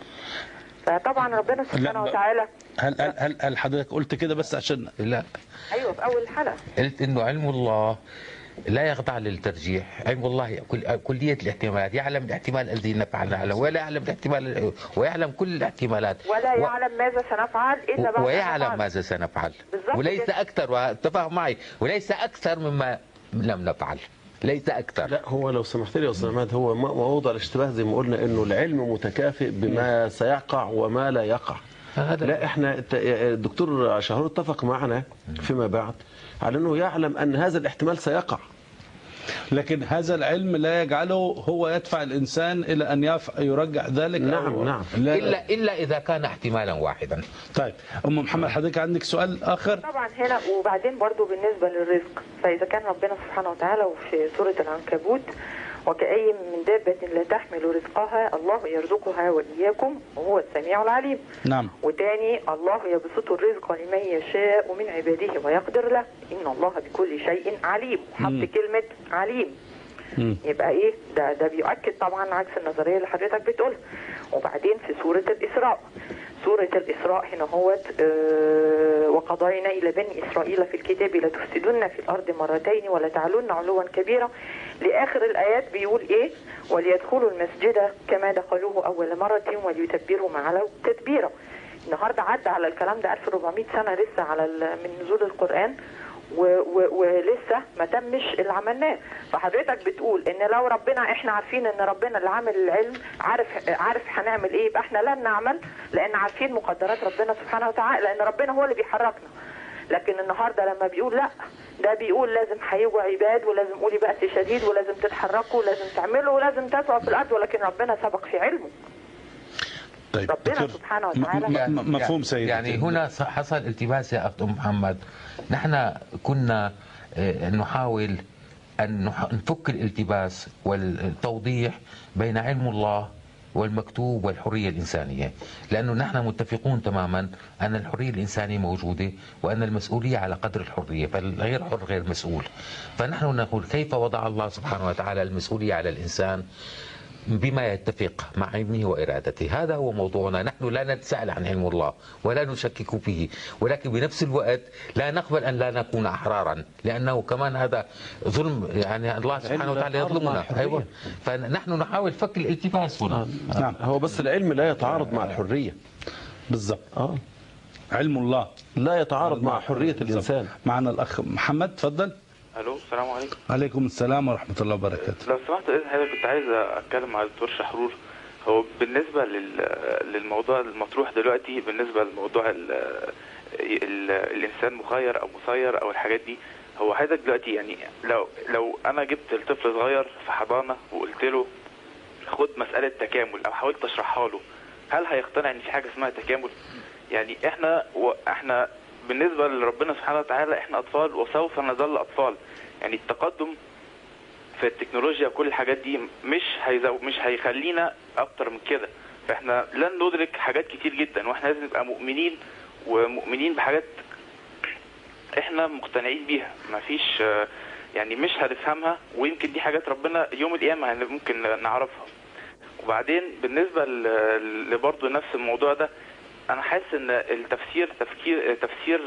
فطبعا ربنا سبحانه وتعالى. هل حضرتك قلت كده بس عشان لا؟ ايوه في اول الحلقه قلت انه علم الله لا يخضع للترجيح. علم الله كلية الاحتمالات، يعلم الاحتمال الذي نفعله ولا يعلم الاحتمال ويعلم كل الاحتمالات ولا يعلم ماذا سنفعل إلا بعد ويعلم ماذا سنفعل وليس أكثر، واتفق معي، وليس أكثر مما لم نفعل، ليس أكثر. لا، هو لو سمحت لي يا أستاذ عماد، هو موضوع الاشتباه زي ما قلنا إنه العلم متكافئ بما سيقع وما لا يقع. لا، احنا الدكتور شحرور اتفق معنا فيما بعد على انه يعلم ان هذا الاحتمال سيقع، لكن هذا العلم لا يجعله هو يدفع الانسان الى ان يرجع ذلك. نعم. الا اذا كان احتمالا واحدا. طيب ام محمد، حضرتك عندك سؤال اخر؟ طبعا هنا وبعدين برضو بالنسبه للرزق، فاذا كان ربنا سبحانه وتعالى وفي سوره العنكبوت وكأي من دابة لا تحمل رزقها الله يرزقها وإياكم وهو السميع العليم. نعم. وتاني الله يبسط الرزق لمن يشاء من عباده ويقدر له إن الله بكل شيء عليم. حط كلمة عليم. يبقى إيه ده بيؤكد طبعا عكس النظرية اللي حضرتك بتقولها. وبعدين في سورة الإسراء، سورة الإسراء هنا هوت وقضينا إلى بني إسرائيل في الكتاب لتفسدن في الأرض مرتين ولتعلن علوا كبيرا، لآخر الآيات بيقول إيه؟ وليدخلوا المسجد كما دخلوه أول مرة وليتبروا ما علوا تتبيرا. النهارده عدى على الكلام ده 1400 سنة لسه على من نزول القرآن، ولسه ما تمش اللي عملناه. فحضرتك بتقول ان لو ربنا، احنا عارفين ان ربنا اللي عامل العلم عارف هنعمل ايه، يبقى احنا لن نعمل لان عارفين مقدرات ربنا سبحانه وتعالى، لان ربنا هو اللي بيحركنا. لكن النهارده لما بيقول لا، ده بيقول لازم هيجوا عباد ولازم قولي بأس شديد ولازم تتحركوا ولازم تعملوا ولازم تسعوا في الارض، ولكن ربنا سبق في علمه. طيب ربنا سبحانه وتعالى مفهوم سيد. يعني هنا حصل التباس يا أخت محمد. نحن كنا نحاول أن نفك الالتباس والتوضيح بين علم الله والمكتوب والحرية الإنسانية، لأنه نحن متفقون تماما أن الحرية الإنسانية موجودة وأن المسؤولية على قدر الحرية، فالغير حر غير مسؤول. فنحن نقول كيف وضع الله سبحانه وتعالى المسؤولية على الإنسان بما يتفق مع علمه وإرادته. هذا هو موضوعنا. نحن لا نتساءل عن علم الله ولا نشكك فيه، ولكن بنفس الوقت لا نقبل أن لا نكون أحرارا، لأنه كمان هذا ظلم، يعني الله سبحانه وتعالى يظلمنا. أيوة. فنحن نحاول فك الالتباس هنا. نعم. هو بس العلم لا يتعارض مع الحرية. بالضبط. علم الله لا يتعارض مع حرية الإنسان. معنا الأخ محمد، تفضل. الو، السلام عليكم. عليكم السلام ورحمة الله وبركاته. لو سمحت باذن حضرتك كنت عايز اتكلم مع الدكتور شحرور. هو بالنسبه للموضوع المطروح دلوقتي، بالنسبه لموضوع الانسان مخير او مسير او الحاجات دي، هو حضرتك دلوقتي يعني لو انا جبت الطفل صغير في حضانه وقلت له خد مساله تكامل او حاولت اشرحها له، هل هيقتنع ان في حاجه اسمها تكامل؟ يعني احنا بالنسبة لربنا سبحانه وتعالى احنا أطفال وسوف نظل أطفال. يعني التقدم في التكنولوجيا وكل الحاجات دي مش هيخلينا أكتر من كده. فاحنا لن ندرك حاجات كتير جدا، واحنا لازم نبقى مؤمنين بحاجات احنا مقتنعين بيها. مفيش يعني مش هنفهمها، ويمكن دي حاجات ربنا يوم القيامة ممكن نعرفها. وبعدين بالنسبة لبرضه نفس الموضوع ده، انا حاسس ان التفسير تفسير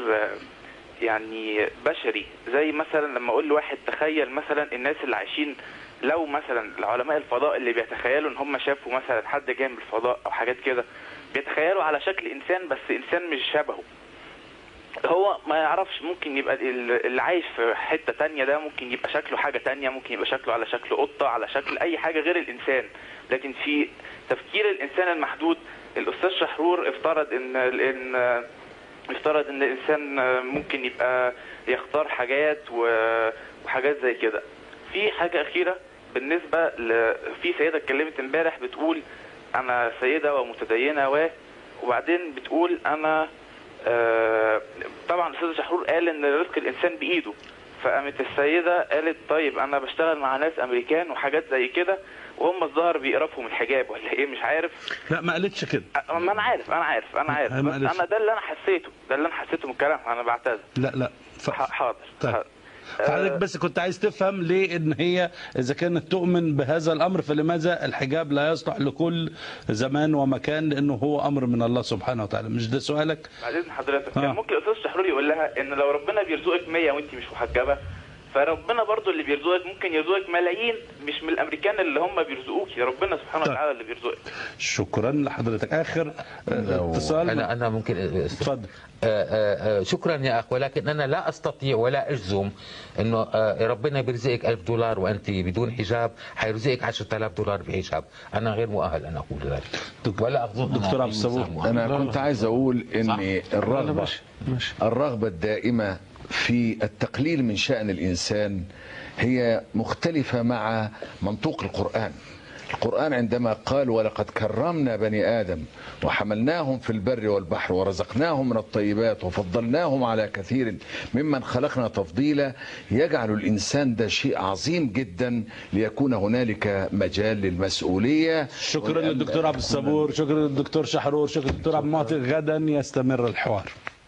يعني بشري. زي مثلا لما اقول لواحد تخيل مثلا الناس اللي عايشين، لو مثلا العلماء الفضاء اللي بيتخيلوا ان هم شافوا مثلا حد جاي من الفضاء او حاجات كده، بيتخيلوا على شكل انسان بس انسان مش شبهه. هو ما يعرفش، ممكن يبقى اللي عايش في حتة تانية ده ممكن يبقى شكله حاجة تانية، ممكن يبقى شكله على شكل قطة، على شكل اي حاجة غير الانسان. لكن في تفكير الانسان المحدود، الاستاذ شحرور افترض ان الانسان ممكن يبقى يختار حاجات وحاجات زي كده. في حاجة اخيرة بالنسبة في سيدة اتكلمت امبارح بتقول انا سيدة ومتدينة وبعدين بتقول انا طبعا الاستاذ شحرور قال ان رزق الانسان بايده، فقامت السيدة قالت طيب انا بشتغل مع ناس امريكان وحاجات زي كده وهم الظاهر بيقرفوا من الحجاب ولا ايه، مش عارف. لا ما قالتش كده. ما انا عارف انا ده اللي انا حسيته من الكلام. انا بعتذر. لا حاضر. طيب. فحضرتك بس كنت عايز تفهم ليه ان هي اذا كانت تؤمن بهذا الامر فلماذا الحجاب لا يصلح لكل زمان ومكان، لانه هو امر من الله سبحانه وتعالى. مش ده سؤالك؟ بعدين حضرتك كان ممكن الاستاذ شحرور يقول لها ان لو ربنا بيرزقك 100 وانت مش محجبه، فربنا برضو اللي بيرزقك ممكن يرزقك ملايين، مش من الامريكان اللي هم بيرزقوك، يا ربنا سبحانه وتعالى اللي بيرزقك. شكرا لحضرتك. اخر اتصال. انا ممكن اتفضل. شكرا يا اخ، ولكن انا لا استطيع ولا اجزم انه ربنا بيرزقك $1000 وانت بدون حجاب حيرزقك $10,000 بحجاب. انا غير مؤهل ان اقول ذلك ولا اظن. دكتور عبد الصبور، انا كنت عايز اقول ان الرغبه الدائمه في التقليل من شأن الإنسان هي مختلفة مع منطوق القرآن. القرآن عندما قال ولقد كرمنا بني آدم وحملناهم في البر والبحر ورزقناهم من الطيبات وفضلناهم على كثير ممن خلقنا تفضيلا، يجعل الإنسان ده شيء عظيم جدا ليكون هنالك مجال للمسؤولية. شكرا للدكتور عبد الصبور، شكرا للدكتور شحرور، شكرا للدكتور عبد المعطي. غدا يستمر الحوار.